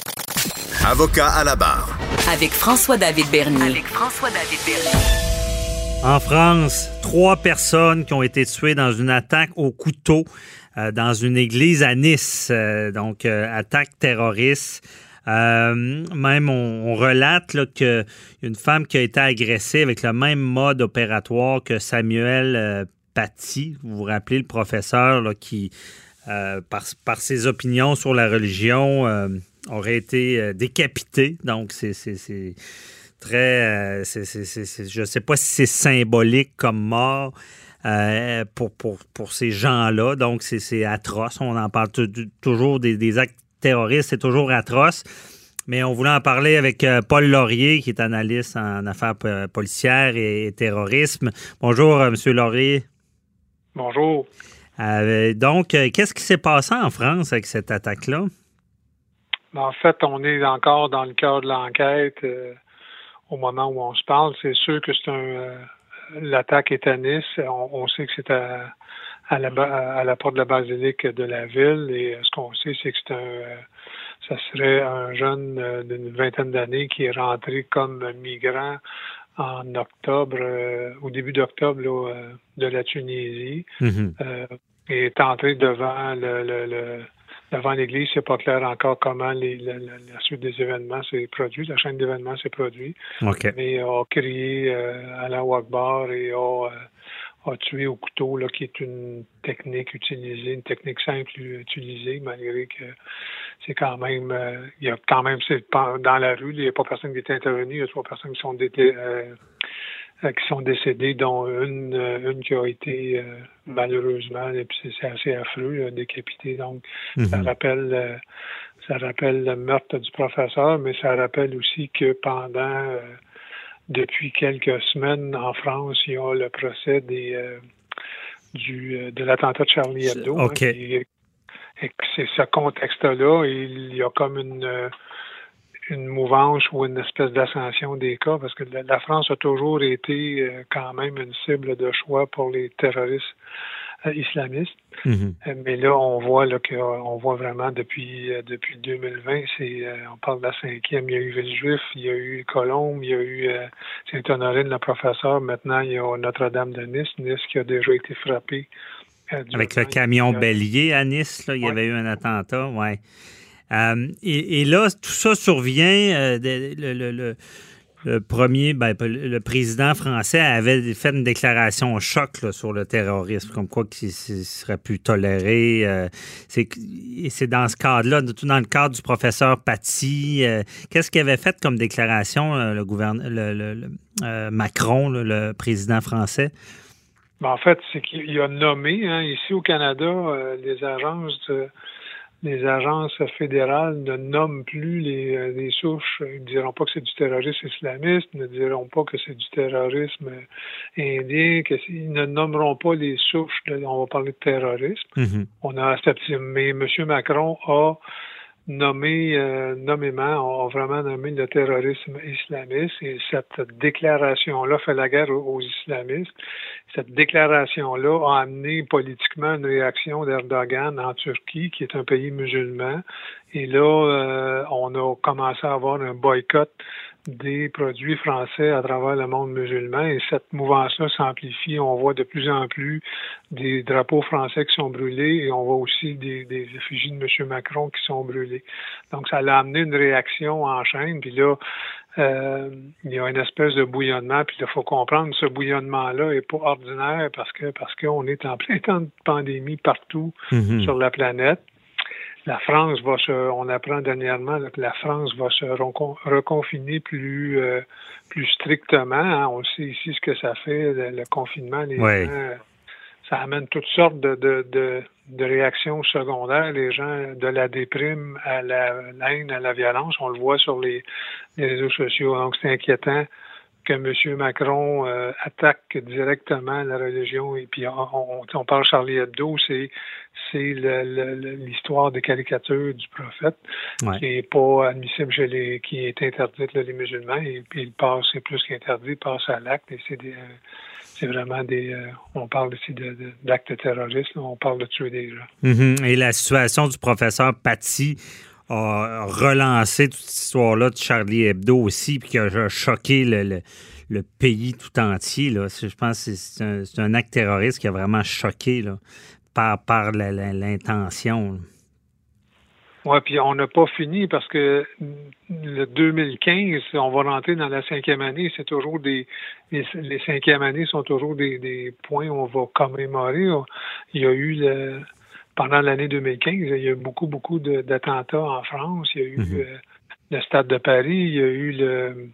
Avocat à la barre. Avec François-David Bernier. Avec François-David Bernier. En France, trois personnes qui ont été tuées dans une attaque au couteau euh, dans une église à Nice. Euh, donc, euh, attaque terroriste. Euh, même, on, on relate là, qu'il y a une femme qui a été agressée avec le même mode opératoire que Samuel euh, Paty. Vous vous rappelez, le professeur là, qui, euh, par, par ses opinions sur la religion, euh, aurait été euh, décapité. Donc, c'est... c'est, c'est très... Euh, c'est, c'est, c'est, c'est, je ne sais pas si c'est symbolique comme mort euh, pour, pour, pour ces gens-là. Donc, c'est, c'est atroce. On en parle t- toujours des, des actes terroristes. C'est toujours atroce. Mais on voulait en parler avec euh, Paul Laurier, qui est analyste en affaires p- policières et, et terrorisme. Bonjour, euh, M. Laurier. Bonjour. Euh, donc, euh, qu'est-ce qui s'est passé en France avec cette attaque-là? En fait, on est encore dans le cœur de l'enquête. Euh, au moment où on se parle, c'est sûr que c'est un euh, l'attaque est à Nice. On, on sait que c'est à, à, la, à la porte de la basilique de la ville. Et ce qu'on sait, c'est que c'est un euh, ça serait un jeune euh, d'une vingtaine d'années qui est rentré comme migrant en octobre, euh, au début d'octobre là, euh, de la Tunisie. Mm-hmm. Euh, et est entré devant le, le, le devant l'église. C'est pas clair encore comment les, la, la, la suite des événements s'est produite. La chaîne d'événements s'est produite. Okay. Mais a crié euh, Allahu Akbar et a, euh, a tué au couteau, là, qui est une technique utilisée, une technique simple utilisée, malgré que c'est quand même, euh, il y a quand même, c'est dans la rue, il n'y a pas personne qui est intervenu, il y a trois personnes qui sont dété- euh, qui sont décédées, dont une, une qui a été euh, malheureusement, et puis c'est, c'est assez affreux, là, décapitée. Donc, mm-hmm. ça rappelle euh, ça rappelle le meurtre du professeur, mais ça rappelle aussi que pendant euh, depuis quelques semaines en France, il y a le procès des euh, du euh, de l'attentat de Charlie Hebdo. Okay. Hein, qui, et que c'est ce contexte-là, il y a comme une une mouvance ou une espèce d'ascension des cas, parce que la France a toujours été euh, quand même une cible de choix pour les terroristes euh, islamistes. Mm-hmm. Euh, mais là, on voit là, qu'on voit vraiment depuis euh, depuis deux mille vingt, c'est euh, on parle de la cinquième, il y a eu Villejuif, il y a eu Colombe, il y a eu euh, Sainte-Honorine, le professeur, maintenant il y a Notre-Dame de Nice, Nice qui a déjà été frappée. Euh, Avec le camion bélier à Nice, là, il y ouais. avait eu un attentat, ouais. Euh, et, et là, tout ça survient. Euh, de, le, le, le, le premier, ben, le président français avait fait une déclaration au choc là, sur le terrorisme, comme quoi qu'il ne serait plus toléré. Euh, c'est, et c'est dans ce cadre-là, tout dans le cadre du professeur Paty. Euh, qu'est-ce qu'il avait fait comme déclaration, euh, le gouverneur, le, le, le euh, Macron, là, le président français? Ben, en fait, c'est qu'il a nommé, hein, ici au Canada, euh, les agences de Les agences fédérales ne nomment plus les, les souches. Ils ne diront pas que c'est du terrorisme islamiste, ne diront pas que c'est du terrorisme indien, que ils ne nommeront pas les souches. De, on va parler de terrorisme. Mm-hmm. On a accepté, mais M. Macron a nommé euh, nommément, a vraiment nommé le terrorisme islamiste, et cette déclaration-là fait la guerre aux, aux islamistes. Cette déclaration-là a amené politiquement une réaction d'Erdogan en Turquie, qui est un pays musulman. Et là, euh, on a commencé à avoir un boycott des produits français à travers le monde musulman. Et cette mouvance-là s'amplifie. On voit de plus en plus des drapeaux français qui sont brûlés et on voit aussi des, des effigies de M. Macron qui sont brûlées. Donc, ça a amené une réaction en chaîne. Puis là, Euh, il y a une espèce de bouillonnement, puis il faut comprendre que ce bouillonnement-là n'est pas ordinaire parce que parce qu'on est en plein temps de pandémie partout mm-hmm. sur la planète. La France va se, on apprend dernièrement là, que la France va se recon, reconfiner plus euh, plus strictement. Hein. On sait ici ce que ça fait, le, le confinement, les ouais. gens, ça amène toutes sortes de, de, de, de réactions secondaires. Les gens, de la déprime à la haine, à la violence, on le voit sur les, les réseaux sociaux. Donc, c'est inquiétant que M. Macron euh, attaque directement la religion. Et puis, on, on, on parle Charlie Hebdo, c'est, c'est le, le, l'histoire des caricatures du prophète ouais. qui n'est pas admissible chez les, qui est interdite là, les musulmans. Et puis, il passe, c'est plus qu'interdit, il passe à l'acte. Et c'est des... Euh, C'est vraiment des... Euh, on parle ici de, de, d'actes terroristes, là, on parle de tuer des gens. Mm-hmm. Et la situation du professeur Paty a relancé toute cette histoire-là de Charlie Hebdo aussi, puis qui a choqué le, le, le pays tout entier. Là. Je pense que c'est un, c'est un acte terroriste qui a vraiment choqué là, par, par la, la, l'intention. Oui, puis on n'a pas fini parce que le deux mille quinze, on va rentrer dans la cinquième année. C'est toujours des les, les cinquièmes années sont toujours des, des points où on va commémorer. Il y a eu le pendant l'année deux mille quinze, il y a eu beaucoup, beaucoup de, d'attentats en France. Il y a eu mm-hmm. euh, le Stade de Paris, il y a eu le,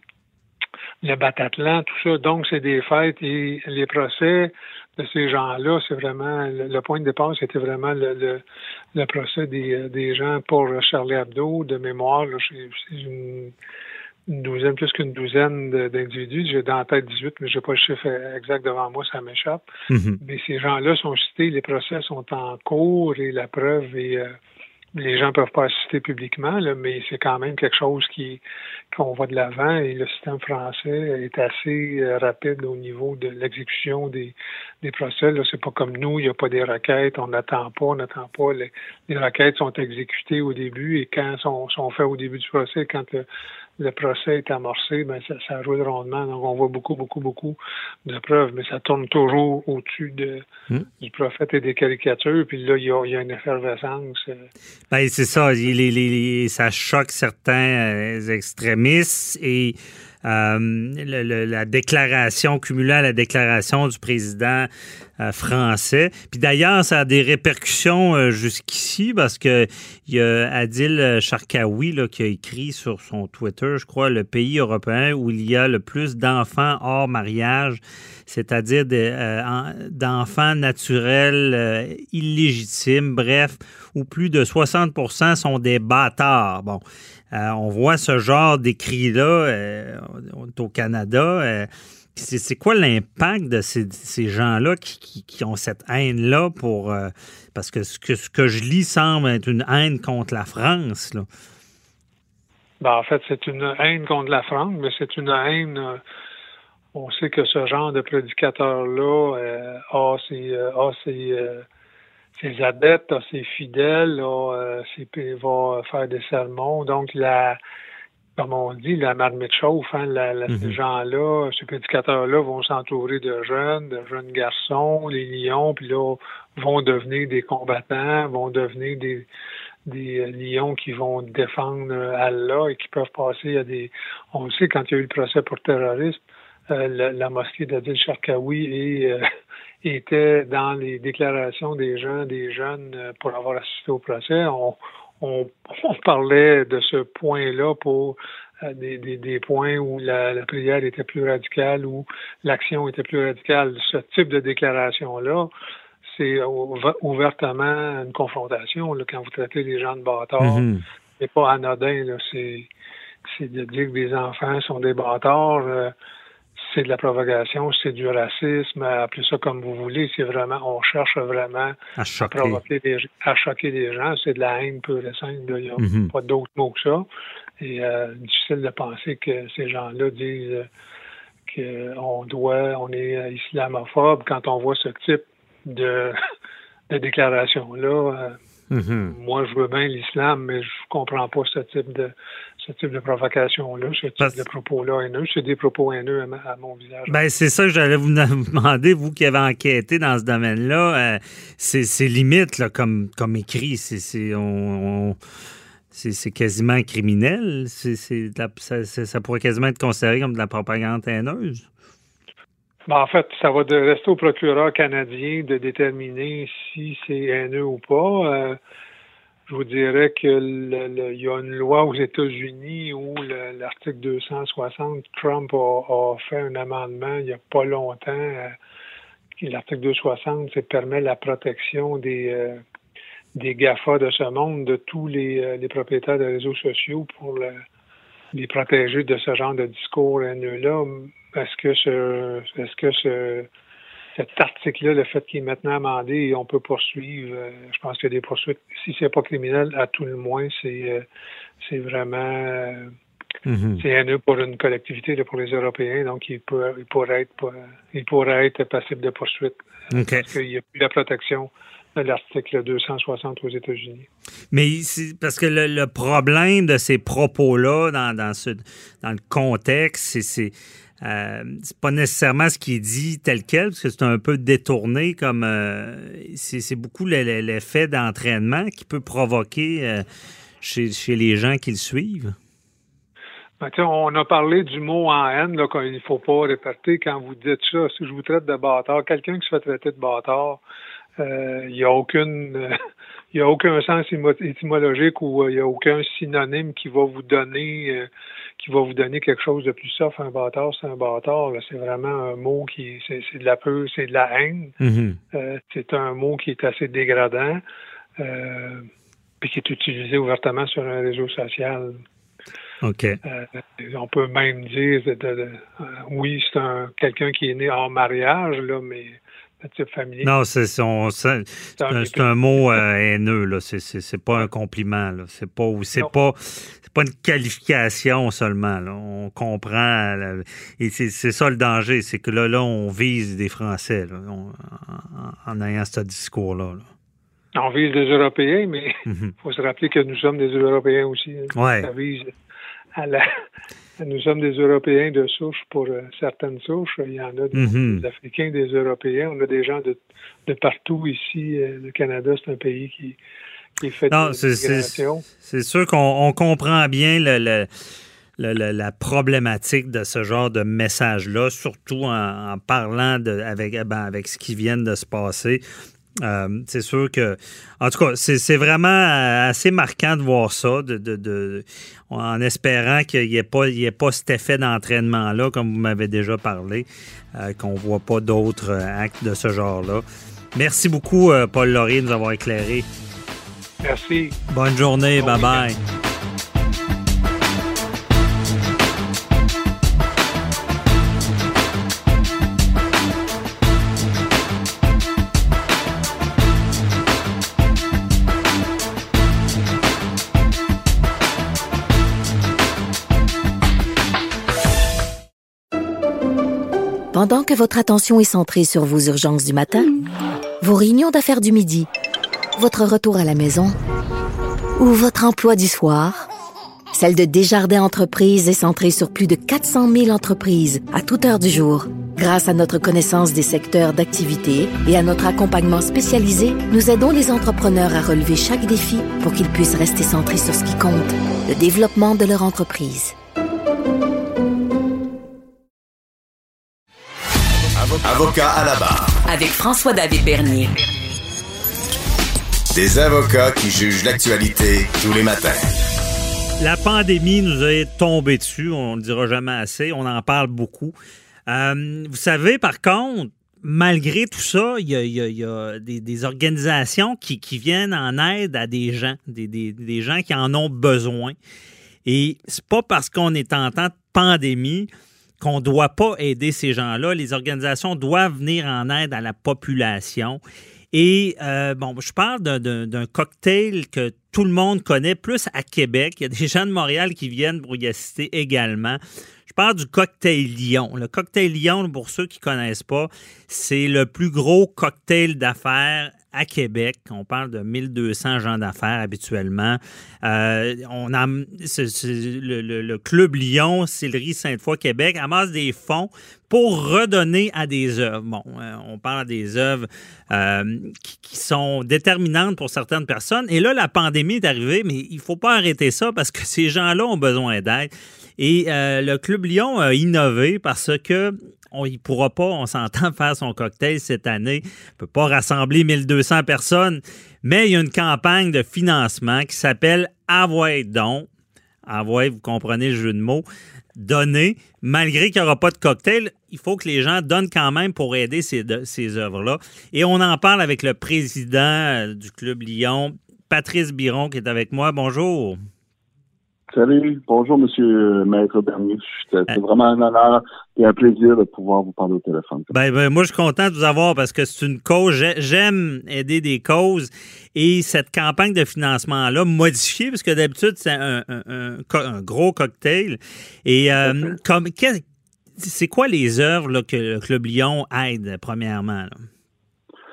le Bataclan, tout ça. Donc, c'est des fêtes et les procès de ces gens-là, c'est vraiment, le, le point de départ, c'était vraiment le, le, le procès des, des gens pour Charlie Hebdo, de mémoire. Là, c'est, c'est une, une douzaine, plus qu'une douzaine de, d'individus. J'ai dans la tête dix-huit, mais je n'ai pas le chiffre exact devant moi, ça m'échappe. Mm-hmm. Mais ces gens-là sont cités, les procès sont en cours et la preuve est... Euh, les gens ne peuvent pas assister publiquement, là, mais c'est quand même quelque chose qui qu'on va de l'avant et le système français est assez euh, rapide au niveau de l'exécution des, des procès. Là, c'est pas comme nous, il n'y a pas des requêtes, on n'attend pas, on n'attend pas. Les, les requêtes sont exécutées au début et quand sont, sont faites au début du procès, quand le, le procès est amorcé, ben ça, ça roule rondement. Donc, on voit beaucoup, beaucoup, beaucoup de preuves, mais ça tourne toujours au-dessus de, mmh. du prophète et des caricatures. Puis là, il y a, il y a une effervescence. Euh... Ben, c'est ça. Les, les, les, ça choque certains euh, extrémistes et euh, le, le, la déclaration, cumulée à la déclaration du président euh, français. Puis d'ailleurs, ça a des répercussions euh, jusqu'ici parce que il y a Adil Sharkawi là, qui a écrit sur son Twitter, je crois, le pays européen où il y a le plus d'enfants hors mariage, c'est-à-dire de, euh, en, d'enfants naturels euh, illégitimes, bref, où plus de soixante pour cent sont des bâtards. Bon, euh, on voit ce genre d'écrit-là euh, au Canada. Euh, c'est, c'est quoi l'impact de ces, ces gens-là qui, qui, qui ont cette haine-là pour... Euh, parce que ce, que ce que je lis semble être une haine contre la France, là. Ben, en fait, c'est une haine contre la France, mais c'est une haine... Euh, on sait que ce genre de prédicateur-là euh, a ses... Euh, a ses euh, ses adeptes, a ses fidèles, a, euh, ses, va faire des sermons. Donc, la, comme on dit, la marmite chauffe. Hein, la, la, mm-hmm. Ces gens-là, ces prédicateurs-là vont s'entourer de jeunes, de jeunes garçons, les lions, puis là, vont devenir des combattants, vont devenir des, des lions qui vont défendre Allah et qui peuvent passer à des... On le sait, quand il y a eu le procès pour terrorisme, euh, la, la mosquée d'Adil Sharkawi et... Euh, était dans les déclarations des gens, des jeunes pour avoir assisté au procès. On, on, on parlait de ce point-là pour euh, des, des, des points où la, la prière était plus radicale, où l'action était plus radicale. Ce type de déclaration-là, c'est ouvertement une confrontation. Là, quand vous traitez les gens de bâtards, mm-hmm. c'est pas anodin. Là, c'est, c'est de dire que des enfants sont des bâtards. Euh, c'est de la provocation, c'est du racisme, appelez ça comme vous voulez, c'est vraiment, on cherche vraiment à, à provoquer des, à choquer des gens, c'est de la haine pure et simple, il n'y a mm-hmm. pas d'autres mots que ça. Et euh, difficile de penser que ces gens-là disent qu'on doit, on est islamophobe quand on voit ce type de, de déclaration-là. Euh, Mm-hmm. Moi, je veux bien l'islam, mais je comprends pas ce type de ce type de provocation-là, ce type Parce... de propos-là haineux. C'est des propos haineux à, ma, à mon visage. Ben, c'est ça que j'allais vous demander, vous qui avez enquêté dans ce domaine-là. Euh, c'est, c'est limite, là, comme, comme écrit. C'est, c'est, on, on, c'est, c'est quasiment criminel. C'est, c'est la, ça, ça pourrait quasiment être considéré comme de la propagande haineuse. Ben, en fait, ça va de rester au procureur canadien de déterminer si c'est haineux ou pas. Euh, je vous dirais que le, le, il y a une loi aux États-Unis où le, l'article deux cent soixante, Trump a, a fait un amendement il n'y a pas longtemps. Euh, l'article deux cent soixante, ça permet la protection des, euh, des GAFA de ce monde, de tous les, euh, les propriétaires de réseaux sociaux pour le, les protéger de ce genre de discours haineux-là. Est-ce que ce, est-ce que ce, cet article-là, le fait qu'il est maintenant amendé et on peut poursuivre, euh, je pense qu'il y a des poursuites. Si c'est pas criminel, à tout le moins, c'est, euh, c'est vraiment, euh, mm-hmm. c'est haineux pour une collectivité, là, pour les Européens. Donc, il peut, il pourrait être, il pourrait être passible de poursuite. Okay. Parce qu'il n'y a plus la protection de l'article deux cent soixante aux États-Unis. Mais c'est parce que le, le problème de ces propos-là dans, dans, ce, dans le contexte, c'est, c'est, euh, c'est pas nécessairement ce qui est dit tel quel, parce que c'est un peu détourné, comme euh, c'est, c'est beaucoup l'effet d'entraînement qui peut provoquer euh, chez, chez les gens qui le suivent. Ben, on a parlé du mot en haine, là, qu'il ne faut pas répéter quand vous dites ça. Si je vous traite de bâtard, quelqu'un qui se fait traiter de bâtard, il euh, n'y a aucune, euh, y a aucun sens étymologique ou il euh, n'y a aucun synonyme qui va vous donner, euh, qui va vous donner quelque chose de plus soft. Un bâtard, c'est un bâtard. Là. C'est vraiment un mot qui, c'est, c'est de la peur, c'est de la haine. Mm-hmm. Euh, c'est un mot qui est assez dégradant, euh, puis qui est utilisé ouvertement sur un réseau social. OK. Euh, on peut même dire, de, de, de, euh, oui, c'est un quelqu'un qui est né hors mariage, là, mais de type familier. Non, c'est, son, c'est, c'est, un, c'est un mot euh, haineux, là. C'est, c'est, c'est pas un compliment, là. C'est pas, c'est pas, c'est pas une qualification seulement, là. On comprend, là, et c'est, c'est ça le danger, c'est que là, là, on vise des Français, là, on, en, en ayant ce discours-là, là. On vise des Européens, mais il mm-hmm. faut se rappeler que nous sommes des Européens aussi. Hein. Ouais. Ça vise à la... Nous sommes des Européens de souche pour euh, certaines souches. Il y en a des, mm-hmm. des Africains, des Européens. On a des gens de, de partout ici. Euh, le Canada, c'est un pays qui, qui est fait non, de c'est, migration. C'est, c'est sûr qu'on on comprend bien le, le, le, le, la problématique de ce genre de message-là, surtout en, en parlant de, avec, ben, avec ce qui vient de se passer. Euh, c'est sûr que, en tout cas, c'est, c'est vraiment assez marquant de voir ça, de, de, de, en espérant qu'il n'y ait pas, il y ait pas cet effet d'entraînement-là, comme vous m'avez déjà parlé, euh, qu'on ne voit pas d'autres actes de ce genre-là. Merci beaucoup, euh, Paul Laurier, de nous avoir éclairé. Merci. Bonne journée. Bon bye-bye. Week-end. Pendant que votre attention est centrée sur vos urgences du matin, vos réunions d'affaires du midi, votre retour à la maison ou votre emploi du soir, celle de Desjardins Entreprises est centrée sur plus de quatre cent mille entreprises à toute heure du jour. Grâce à notre connaissance des secteurs d'activité et à notre accompagnement spécialisé, nous aidons les entrepreneurs à relever chaque défi pour qu'ils puissent rester centrés sur ce qui compte, le développement de leur entreprise. Avocat à la barre. Avec François-David Bernier. Des avocats qui jugent l'actualité tous les matins. La pandémie nous est tombée dessus, on ne le dira jamais assez, on en parle beaucoup. Euh, vous savez, par contre, malgré tout ça, il y a, il y a, il y a des, des organisations qui, qui viennent en aide à des gens, des, des, des gens qui en ont besoin. Et c'est pas parce qu'on est en temps de pandémie qu'on ne doit pas aider ces gens-là. Les organisations doivent venir en aide à la population. Et, euh, bon, je parle d'un, d'un, d'un cocktail que tout le monde connaît, plus à Québec. Il y a des gens de Montréal qui viennent pour y assister également. Je parle du cocktail Lion. Le cocktail Lion, pour ceux qui ne connaissent pas, c'est le plus gros cocktail d'affaires à Québec. On parle de mille deux cents gens d'affaires habituellement. Euh, on a c'est, c'est, le, le, le Club Lion, Sillery Sainte-Foy, Québec, amasse des fonds pour redonner à des œuvres. Bon, euh, on parle des œuvres euh, qui, qui sont déterminantes pour certaines personnes. Et là, la pandémie est arrivée, mais il ne faut pas arrêter ça parce que ces gens-là ont besoin d'aide. Et euh, le Club Lion a innové parce que on ne pourra pas, on s'entend, faire son cocktail cette année. On ne peut pas rassembler mille deux cents personnes, mais il y a une campagne de financement qui s'appelle « Envoie donc ». Envoie, vous comprenez le jeu de mots. Donner, malgré qu'il n'y aura pas de cocktail, il faut que les gens donnent quand même pour aider ces, ces œuvres-là. Et on en parle avec le président du Club Lion, Patrice Biron, qui est avec moi. Bonjour. Salut, bonjour Monsieur Maître Bernier. C'est vraiment un honneur et un plaisir de pouvoir vous parler au téléphone. Ben, ben moi, je suis content de vous avoir parce que c'est une cause. J'aime aider des causes et cette campagne de financement-là modifiée, parce que d'habitude, c'est un, un, un, un gros cocktail. Et euh, comme, c'est quoi les œuvres là, que le Club Lion aide, premièrement? Là?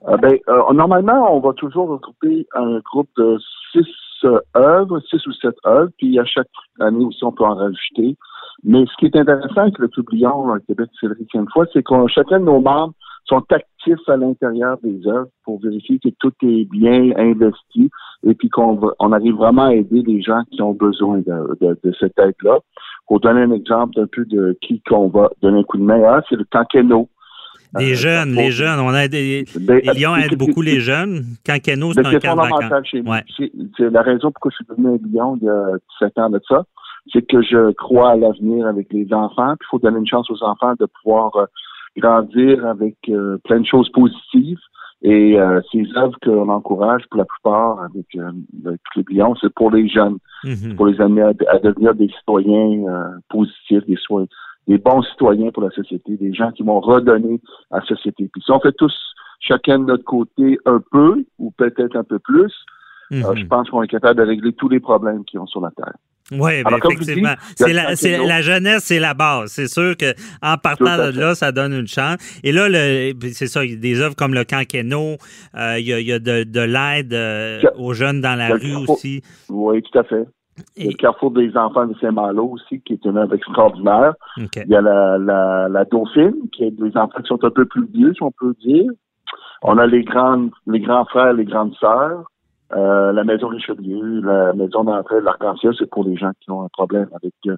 Euh, ben, euh, normalement, on va toujours regrouper un groupe de six euh, œuvres, six ou sept œuvres, puis à chaque année aussi, on peut en rajouter. Mais ce qui est intéressant avec le Tourbillon Québec Distillerie une fois, c'est que chacun de nos membres sont actifs à l'intérieur des œuvres pour vérifier que tout est bien investi et puis qu'on va, on arrive vraiment à aider les gens qui ont besoin de, de, de cette aide-là. Pour donner un exemple un peu de qui qu'on va donner un coup de main à, c'est le Kankeno. Des euh, jeunes, les jeunes. On a des, ben, les Lions aident beaucoup les jeunes. Kankeno, c'est un camp de vacances. Chez ouais. c'est, c'est la raison pourquoi je suis devenu un Lion il y a dix-sept ans de ça. C'est que je crois à l'avenir avec les enfants. Puis il faut donner une chance aux enfants de pouvoir euh, grandir avec euh, plein de choses positives. Et euh, ces œuvres qu'on encourage, pour la plupart, avec, euh, avec les Lions, c'est pour les jeunes. Mm-hmm. Pour les amener à, à devenir des citoyens euh, positifs, des, so- des bons citoyens pour la société, des gens qui vont redonner à la société. Puis si on fait tous, chacun de notre côté, un peu, ou peut-être un peu plus, mm-hmm. euh, je pense qu'on est capable de régler tous les problèmes qui ont sur la Terre. Oui, bien, effectivement. Dis, c'est la, c'est, la jeunesse, c'est la base. C'est sûr qu'en partant de là, ça donne une chance. Et là, le, c'est ça, il y a des œuvres comme le Kankeno, euh, il, y a, il y a de, de l'aide euh, aux jeunes dans la le rue carrefour, aussi. Oui, tout à fait. Et... Le Carrefour des enfants de Saint-Malo aussi, qui est une œuvre extraordinaire. Okay. Il y a la, la, la Dauphine, qui est des enfants qui sont un peu plus vieux, si on peut dire. On a les grandes, les grands frères, les grandes sœurs. Euh, la maison Richelieu, la maison d'entrée de l'Arc-en-Ciel, c'est pour les gens qui ont un problème avec euh,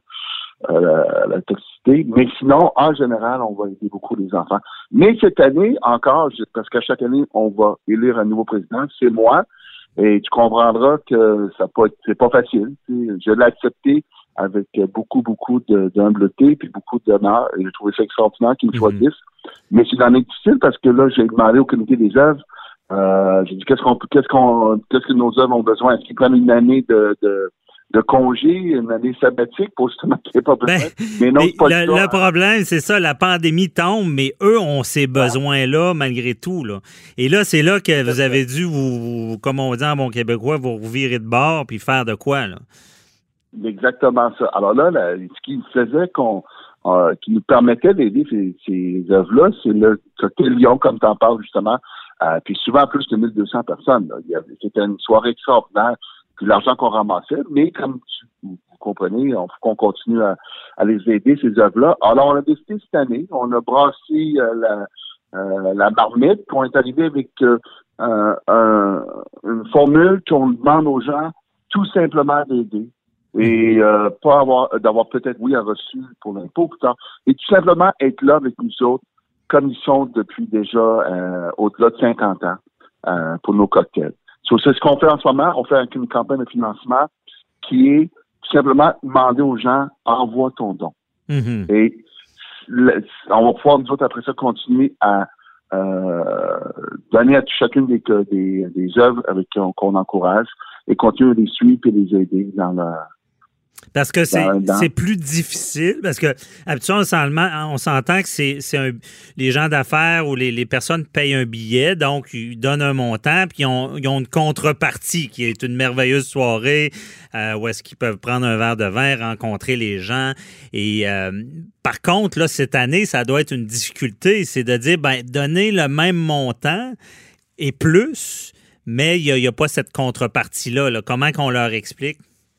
la, la toxicité. Mais sinon, en général, on va aider beaucoup les enfants. Mais cette année, encore, parce qu'à chaque année, on va élire un nouveau président, c'est moi. Et tu comprendras que ça peut être, c'est pas facile. Je l'ai accepté avec beaucoup, beaucoup de, d'humbleté puis beaucoup d'honneur. Et j'ai trouvé ça extraordinaire qu'ils me choisissent. Mm-hmm. Mais c'est une année difficile parce que là, j'ai demandé au comité des œuvres. Euh, j'ai dit qu'est-ce qu'on qu'est-ce qu'on qu'est-ce que nos œuvres ont besoin? Est-ce qu'ils prennent une année de, de, de congé, une année sabbatique pour justement qu'il n'y ait pas besoin? Ben, mais non, c'est pas le, le, le problème, c'est ça, la pandémie tombe, mais eux ont ces besoins-là malgré tout. Là. Et là, c'est là que vous avez dû, vous, vous comme on dit en bon québécois, vous revirer de bord puis faire de quoi, là? Exactement ça. Alors là, là ce qui faisait qu'on euh, qui nous permettait d'aider ces, ces œuvres-là, c'est le cocktail Lyon, comme tu en parles justement. Euh, puis souvent plus de mille deux cents personnes. Là. Il y avait, c'était une soirée extraordinaire. Puis l'argent qu'on ramassait, mais comme tu, vous comprenez, il faut qu'on continue à, à les aider, ces œuvres-là. Alors, on a décidé cette année, on a brassé euh, la, euh, la marmite, puis on est arrivé avec euh, un, un, une formule qu'on demande aux gens tout simplement d'aider. Et euh, pas avoir d'avoir peut-être, oui, un reçu pour l'impôt, plus tard, et tout simplement être là avec nous autres, comme ils sont depuis déjà euh, au-delà de cinquante ans euh, pour nos cocktails. So, c'est ce qu'on fait en ce moment. On fait une campagne de financement qui est tout simplement demander aux gens « envoie ton don mm-hmm. ». Et le, on va pouvoir, nous autres, après ça, continuer à euh, donner à chacune des, des, des œuvres avec qu'on, qu'on encourage et continuer à les suivre et les aider dans leur... Parce que c'est, dans, dans... c'est plus difficile, parce que habituellement, on s'entend que c'est, c'est un, les gens d'affaires ou les, les personnes payent un billet, donc ils donnent un montant, puis ils ont, ils ont une contrepartie qui est une merveilleuse soirée euh, où est-ce qu'ils peuvent prendre un verre de vin, rencontrer les gens. Et euh, par contre, là, cette année, ça doit être une difficulté, c'est de dire, ben, donner le même montant et plus, mais il n'y a, a pas cette contrepartie-là. Là. Comment qu'on leur explique?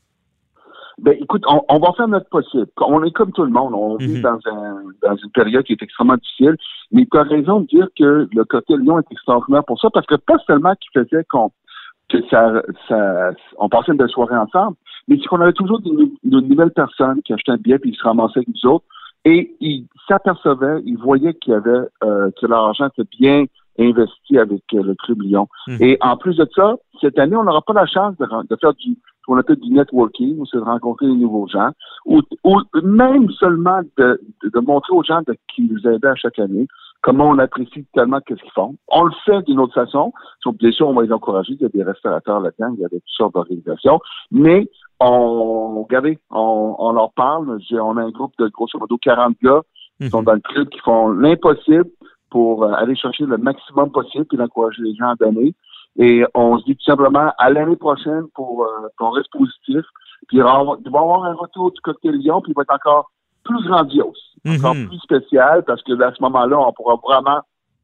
Ben, écoute, on, on va faire notre possible. On est comme tout le monde. On vit mm-hmm. dans, un, dans une période qui est extrêmement difficile. Mais tu as raison de dire que le cocktail Lyon est extraordinaire pour ça, parce que pas seulement qu'il faisait qu'on, que ça, ça, on passait une belle soirée ensemble, mais c'est qu'on avait toujours de, de nouvelles personnes qui achetaient un billet puis ils se ramassaient avec nous autres. Et ils s'apercevaient, ils voyaient qu'il y avait, euh, que leur argent était bien investi avec euh, le Club Lyon. Mm-hmm. Et en plus de ça, cette année, on n'aura pas la chance de, de faire du, qu'on appelle du networking, ou c'est de rencontrer des nouveaux gens, ou, ou même seulement de, de, de montrer aux gens de, qui nous aident à chaque année comment on apprécie tellement ce qu'ils font. On le fait d'une autre façon. Bien sûr, on va les encourager. Il y a des restaurateurs là-dedans, il y a toutes sortes d'organisations, mais on, regardez, on, on leur parle. On a un groupe de grosso modo quarante gars qui sont dans le club, qui font l'impossible pour aller chercher le maximum possible et d'encourager les gens à donner. Et on se dit tout simplement, à l'année prochaine, pour euh, qu'on reste positif, puis il va y avoir un retour du cocktail Lyon, puis il va être encore plus grandiose, mm-hmm. encore plus spécial, parce que à ce moment-là, on pourra vraiment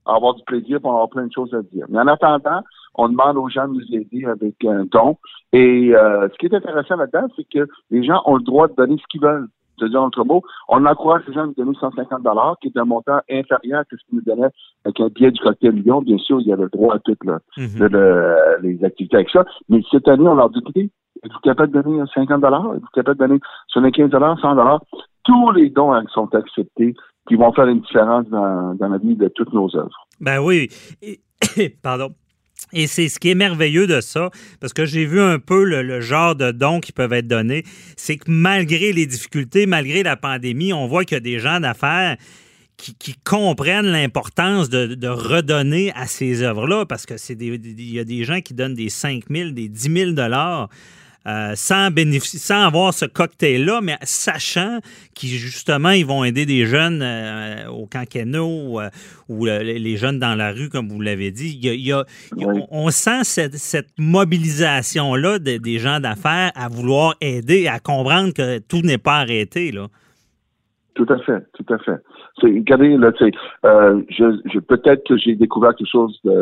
avoir du plaisir, puis on va avoir plein de choses à dire. Mais en attendant, on demande aux gens de nous aider avec un don. Et euh, ce qui est intéressant là-dedans, c'est que les gens ont le droit de donner ce qu'ils veulent. C'est-à-dire, en autre mot, on encourage les gens à nous donner cent cinquante dollars, qui est un montant inférieur à ce qu'ils nous donnaient avec un billet du Cocktail Lyon. Bien sûr, il y a le droit à toutes là, mm-hmm. de, de, les activités avec ça. Mais cette année, on leur dit, écoutez, êtes-vous capable de donner cinquante dollars? Êtes-vous capable de donner soixante-quinze dollars, cent dollars? Tous les dons sont acceptés, qui vont faire une différence dans, dans la vie de toutes nos œuvres. Ben oui. Et, pardon. Et c'est ce qui est merveilleux de ça, parce que j'ai vu un peu le, le genre de dons qui peuvent être donnés, c'est que malgré les difficultés, malgré la pandémie, on voit qu'il y a des gens d'affaires qui, qui comprennent l'importance de, de redonner à ces œuvres-là, parce que c'est des, il y a des gens qui donnent des cinq mille, des dix mille dollars euh, sans bénéficier, sans avoir ce cocktail-là, mais sachant qu'ils, justement, ils vont aider des jeunes euh, au camp Kenno euh, ou euh, les jeunes dans la rue, comme vous l'avez dit. Il y a, il y a, il y a, oui. on, on sent cette, cette mobilisation-là de, des gens d'affaires à vouloir aider, à comprendre que tout n'est pas arrêté, là. Tout à fait, tout à fait. C'est, regardez, là, tu sais, euh, je, je, peut-être que j'ai découvert quelque chose de...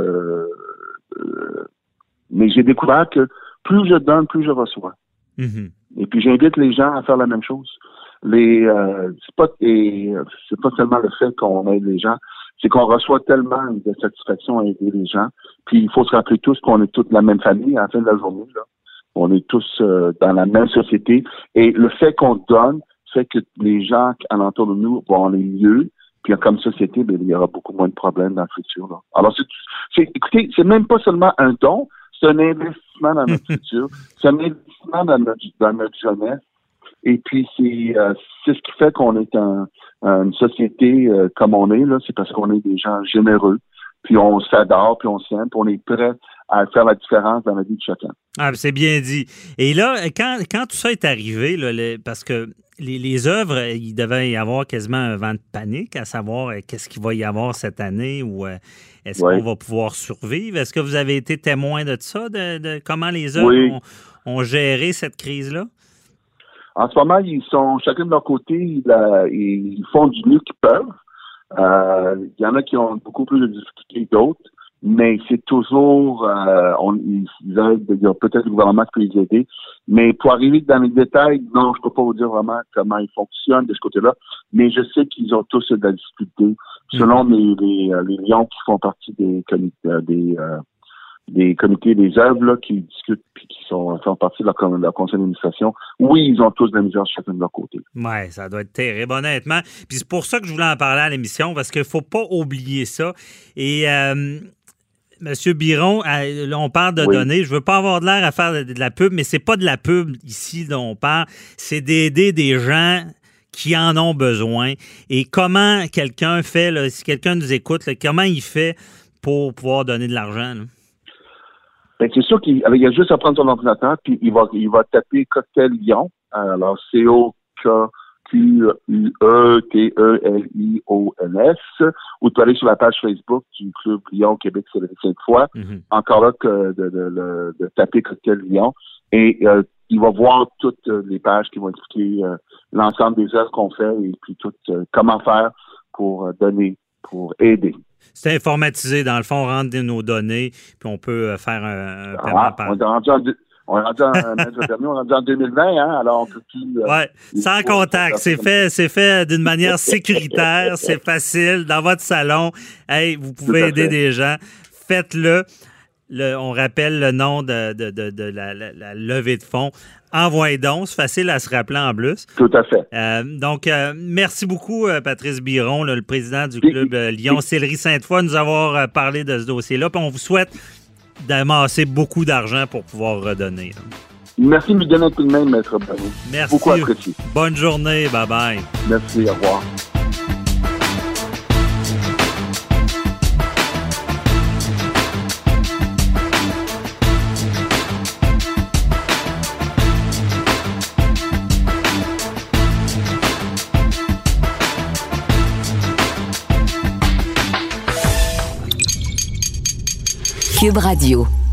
Euh, mais j'ai découvert que plus je donne, plus je reçois. Mm-hmm. Et puis, j'invite les gens à faire la même chose. Les, euh, c'est pas, et, c'est pas seulement le fait qu'on aide les gens, c'est qu'on reçoit tellement de satisfaction à aider les gens. Puis, il faut se rappeler tous qu'on est toute la même famille à la fin de la journée, là. On est tous euh, dans la même société. Et le fait qu'on donne fait que les gens alentour de nous vont aller mieux. Puis, comme société, bien, il y aura beaucoup moins de problèmes dans le futur, là. Alors, c'est, c'est, écoutez, c'est même pas seulement un don, c'est un investissement dans notre futur, c'est un investissement dans notre, dans notre jeunesse. Et puis, c'est, euh, c'est ce qui fait qu'on est un, une société euh, comme on est, là, c'est parce qu'on est des gens généreux, puis on s'adore, puis on s'aime, puis on est prêt à faire la différence dans la vie de chacun. Ah, c'est bien dit. Et là, quand, quand tout ça est arrivé, là, les, parce que les, les œuvres, il devait y avoir quasiment un vent de panique, à savoir euh, qu'est-ce qu'il va y avoir cette année ou euh, est-ce oui. qu'on va pouvoir survivre? Est-ce que vous avez été témoin de ça, de, de comment les œuvres oui. ont, ont géré cette crise-là? En ce moment, ils sont chacun de leur côté, ils, euh, ils font du mieux qu'ils peuvent. Euh, il y en a qui ont beaucoup plus de difficultés que d'autres, mais c'est toujours, euh, on, ils, ils aident, il y a peut-être le gouvernement qui peut les aider, mais pour arriver dans les détails, non, je peux pas vous dire vraiment comment ils fonctionnent de ce côté-là, mais je sais qu'ils ont tous de la difficulté. Selon mmh. les, les, les lions qui font partie des comités, des, euh, des comités des œuvres là, qui discutent puis qui sont font partie de leur, de leur conseil d'administration, oui, ils ont tous de la misère chacun de leur côté. Oui, ça doit être terrible, honnêtement. Puis c'est pour ça que je voulais en parler à l'émission, parce qu'il ne faut pas oublier ça. Et euh, M. Biron, là, on parle de oui. donner. Je veux pas avoir de l'air à faire de, de la pub, mais c'est pas de la pub ici dont on parle. C'est d'aider des gens qui en ont besoin. Et comment quelqu'un fait, là, si quelqu'un nous écoute, là, comment il fait pour pouvoir donner de l'argent, là? Ben, c'est sûr qu'il il a juste à prendre son ordinateur, puis il va, il va taper Cocktail Lyon. Alors, C O K Q U E T E L I O N S, ou tu peux aller sur la page Facebook du Club Lyon Québec célébré cinq fois. Mm-hmm. Encore là, que de, de, de, de taper Cocktail Lyon. Et euh, il va voir toutes les pages qui vont expliquer euh, l'ensemble des œuvres qu'on fait et puis tout euh, comment faire pour euh, donner, pour aider. C'est informatisé. Dans le fond, on rentre nos données, puis on peut faire un, un ah, paiement par... On est rendu en, on est rendu en, on est rendu en deux mille vingt, hein, alors on peut plus... Euh, oui, sans contact. C'est fait, c'est fait d'une manière sécuritaire, c'est facile, dans votre salon. Hey, vous pouvez aider des gens. Faites-le. Le, on rappelle le nom de, de, de, de la, la, la levée de fonds. Envoyez donc, c'est facile à se rappeler en plus. Tout à fait. Euh, donc, euh, merci beaucoup, euh, Patrice Biron, là, le président du club euh, Lyon-Sillery-Sainte-Foy, de nous avoir euh, parlé de ce dossier-là. Puis on vous souhaite d'amasser beaucoup d'argent pour pouvoir redonner. Là. Merci de me donner un coup de main, Maître Barreau. Merci. Beaucoup apprécié. Bonne journée. Bye-bye. Merci. Au revoir. Cube Radio.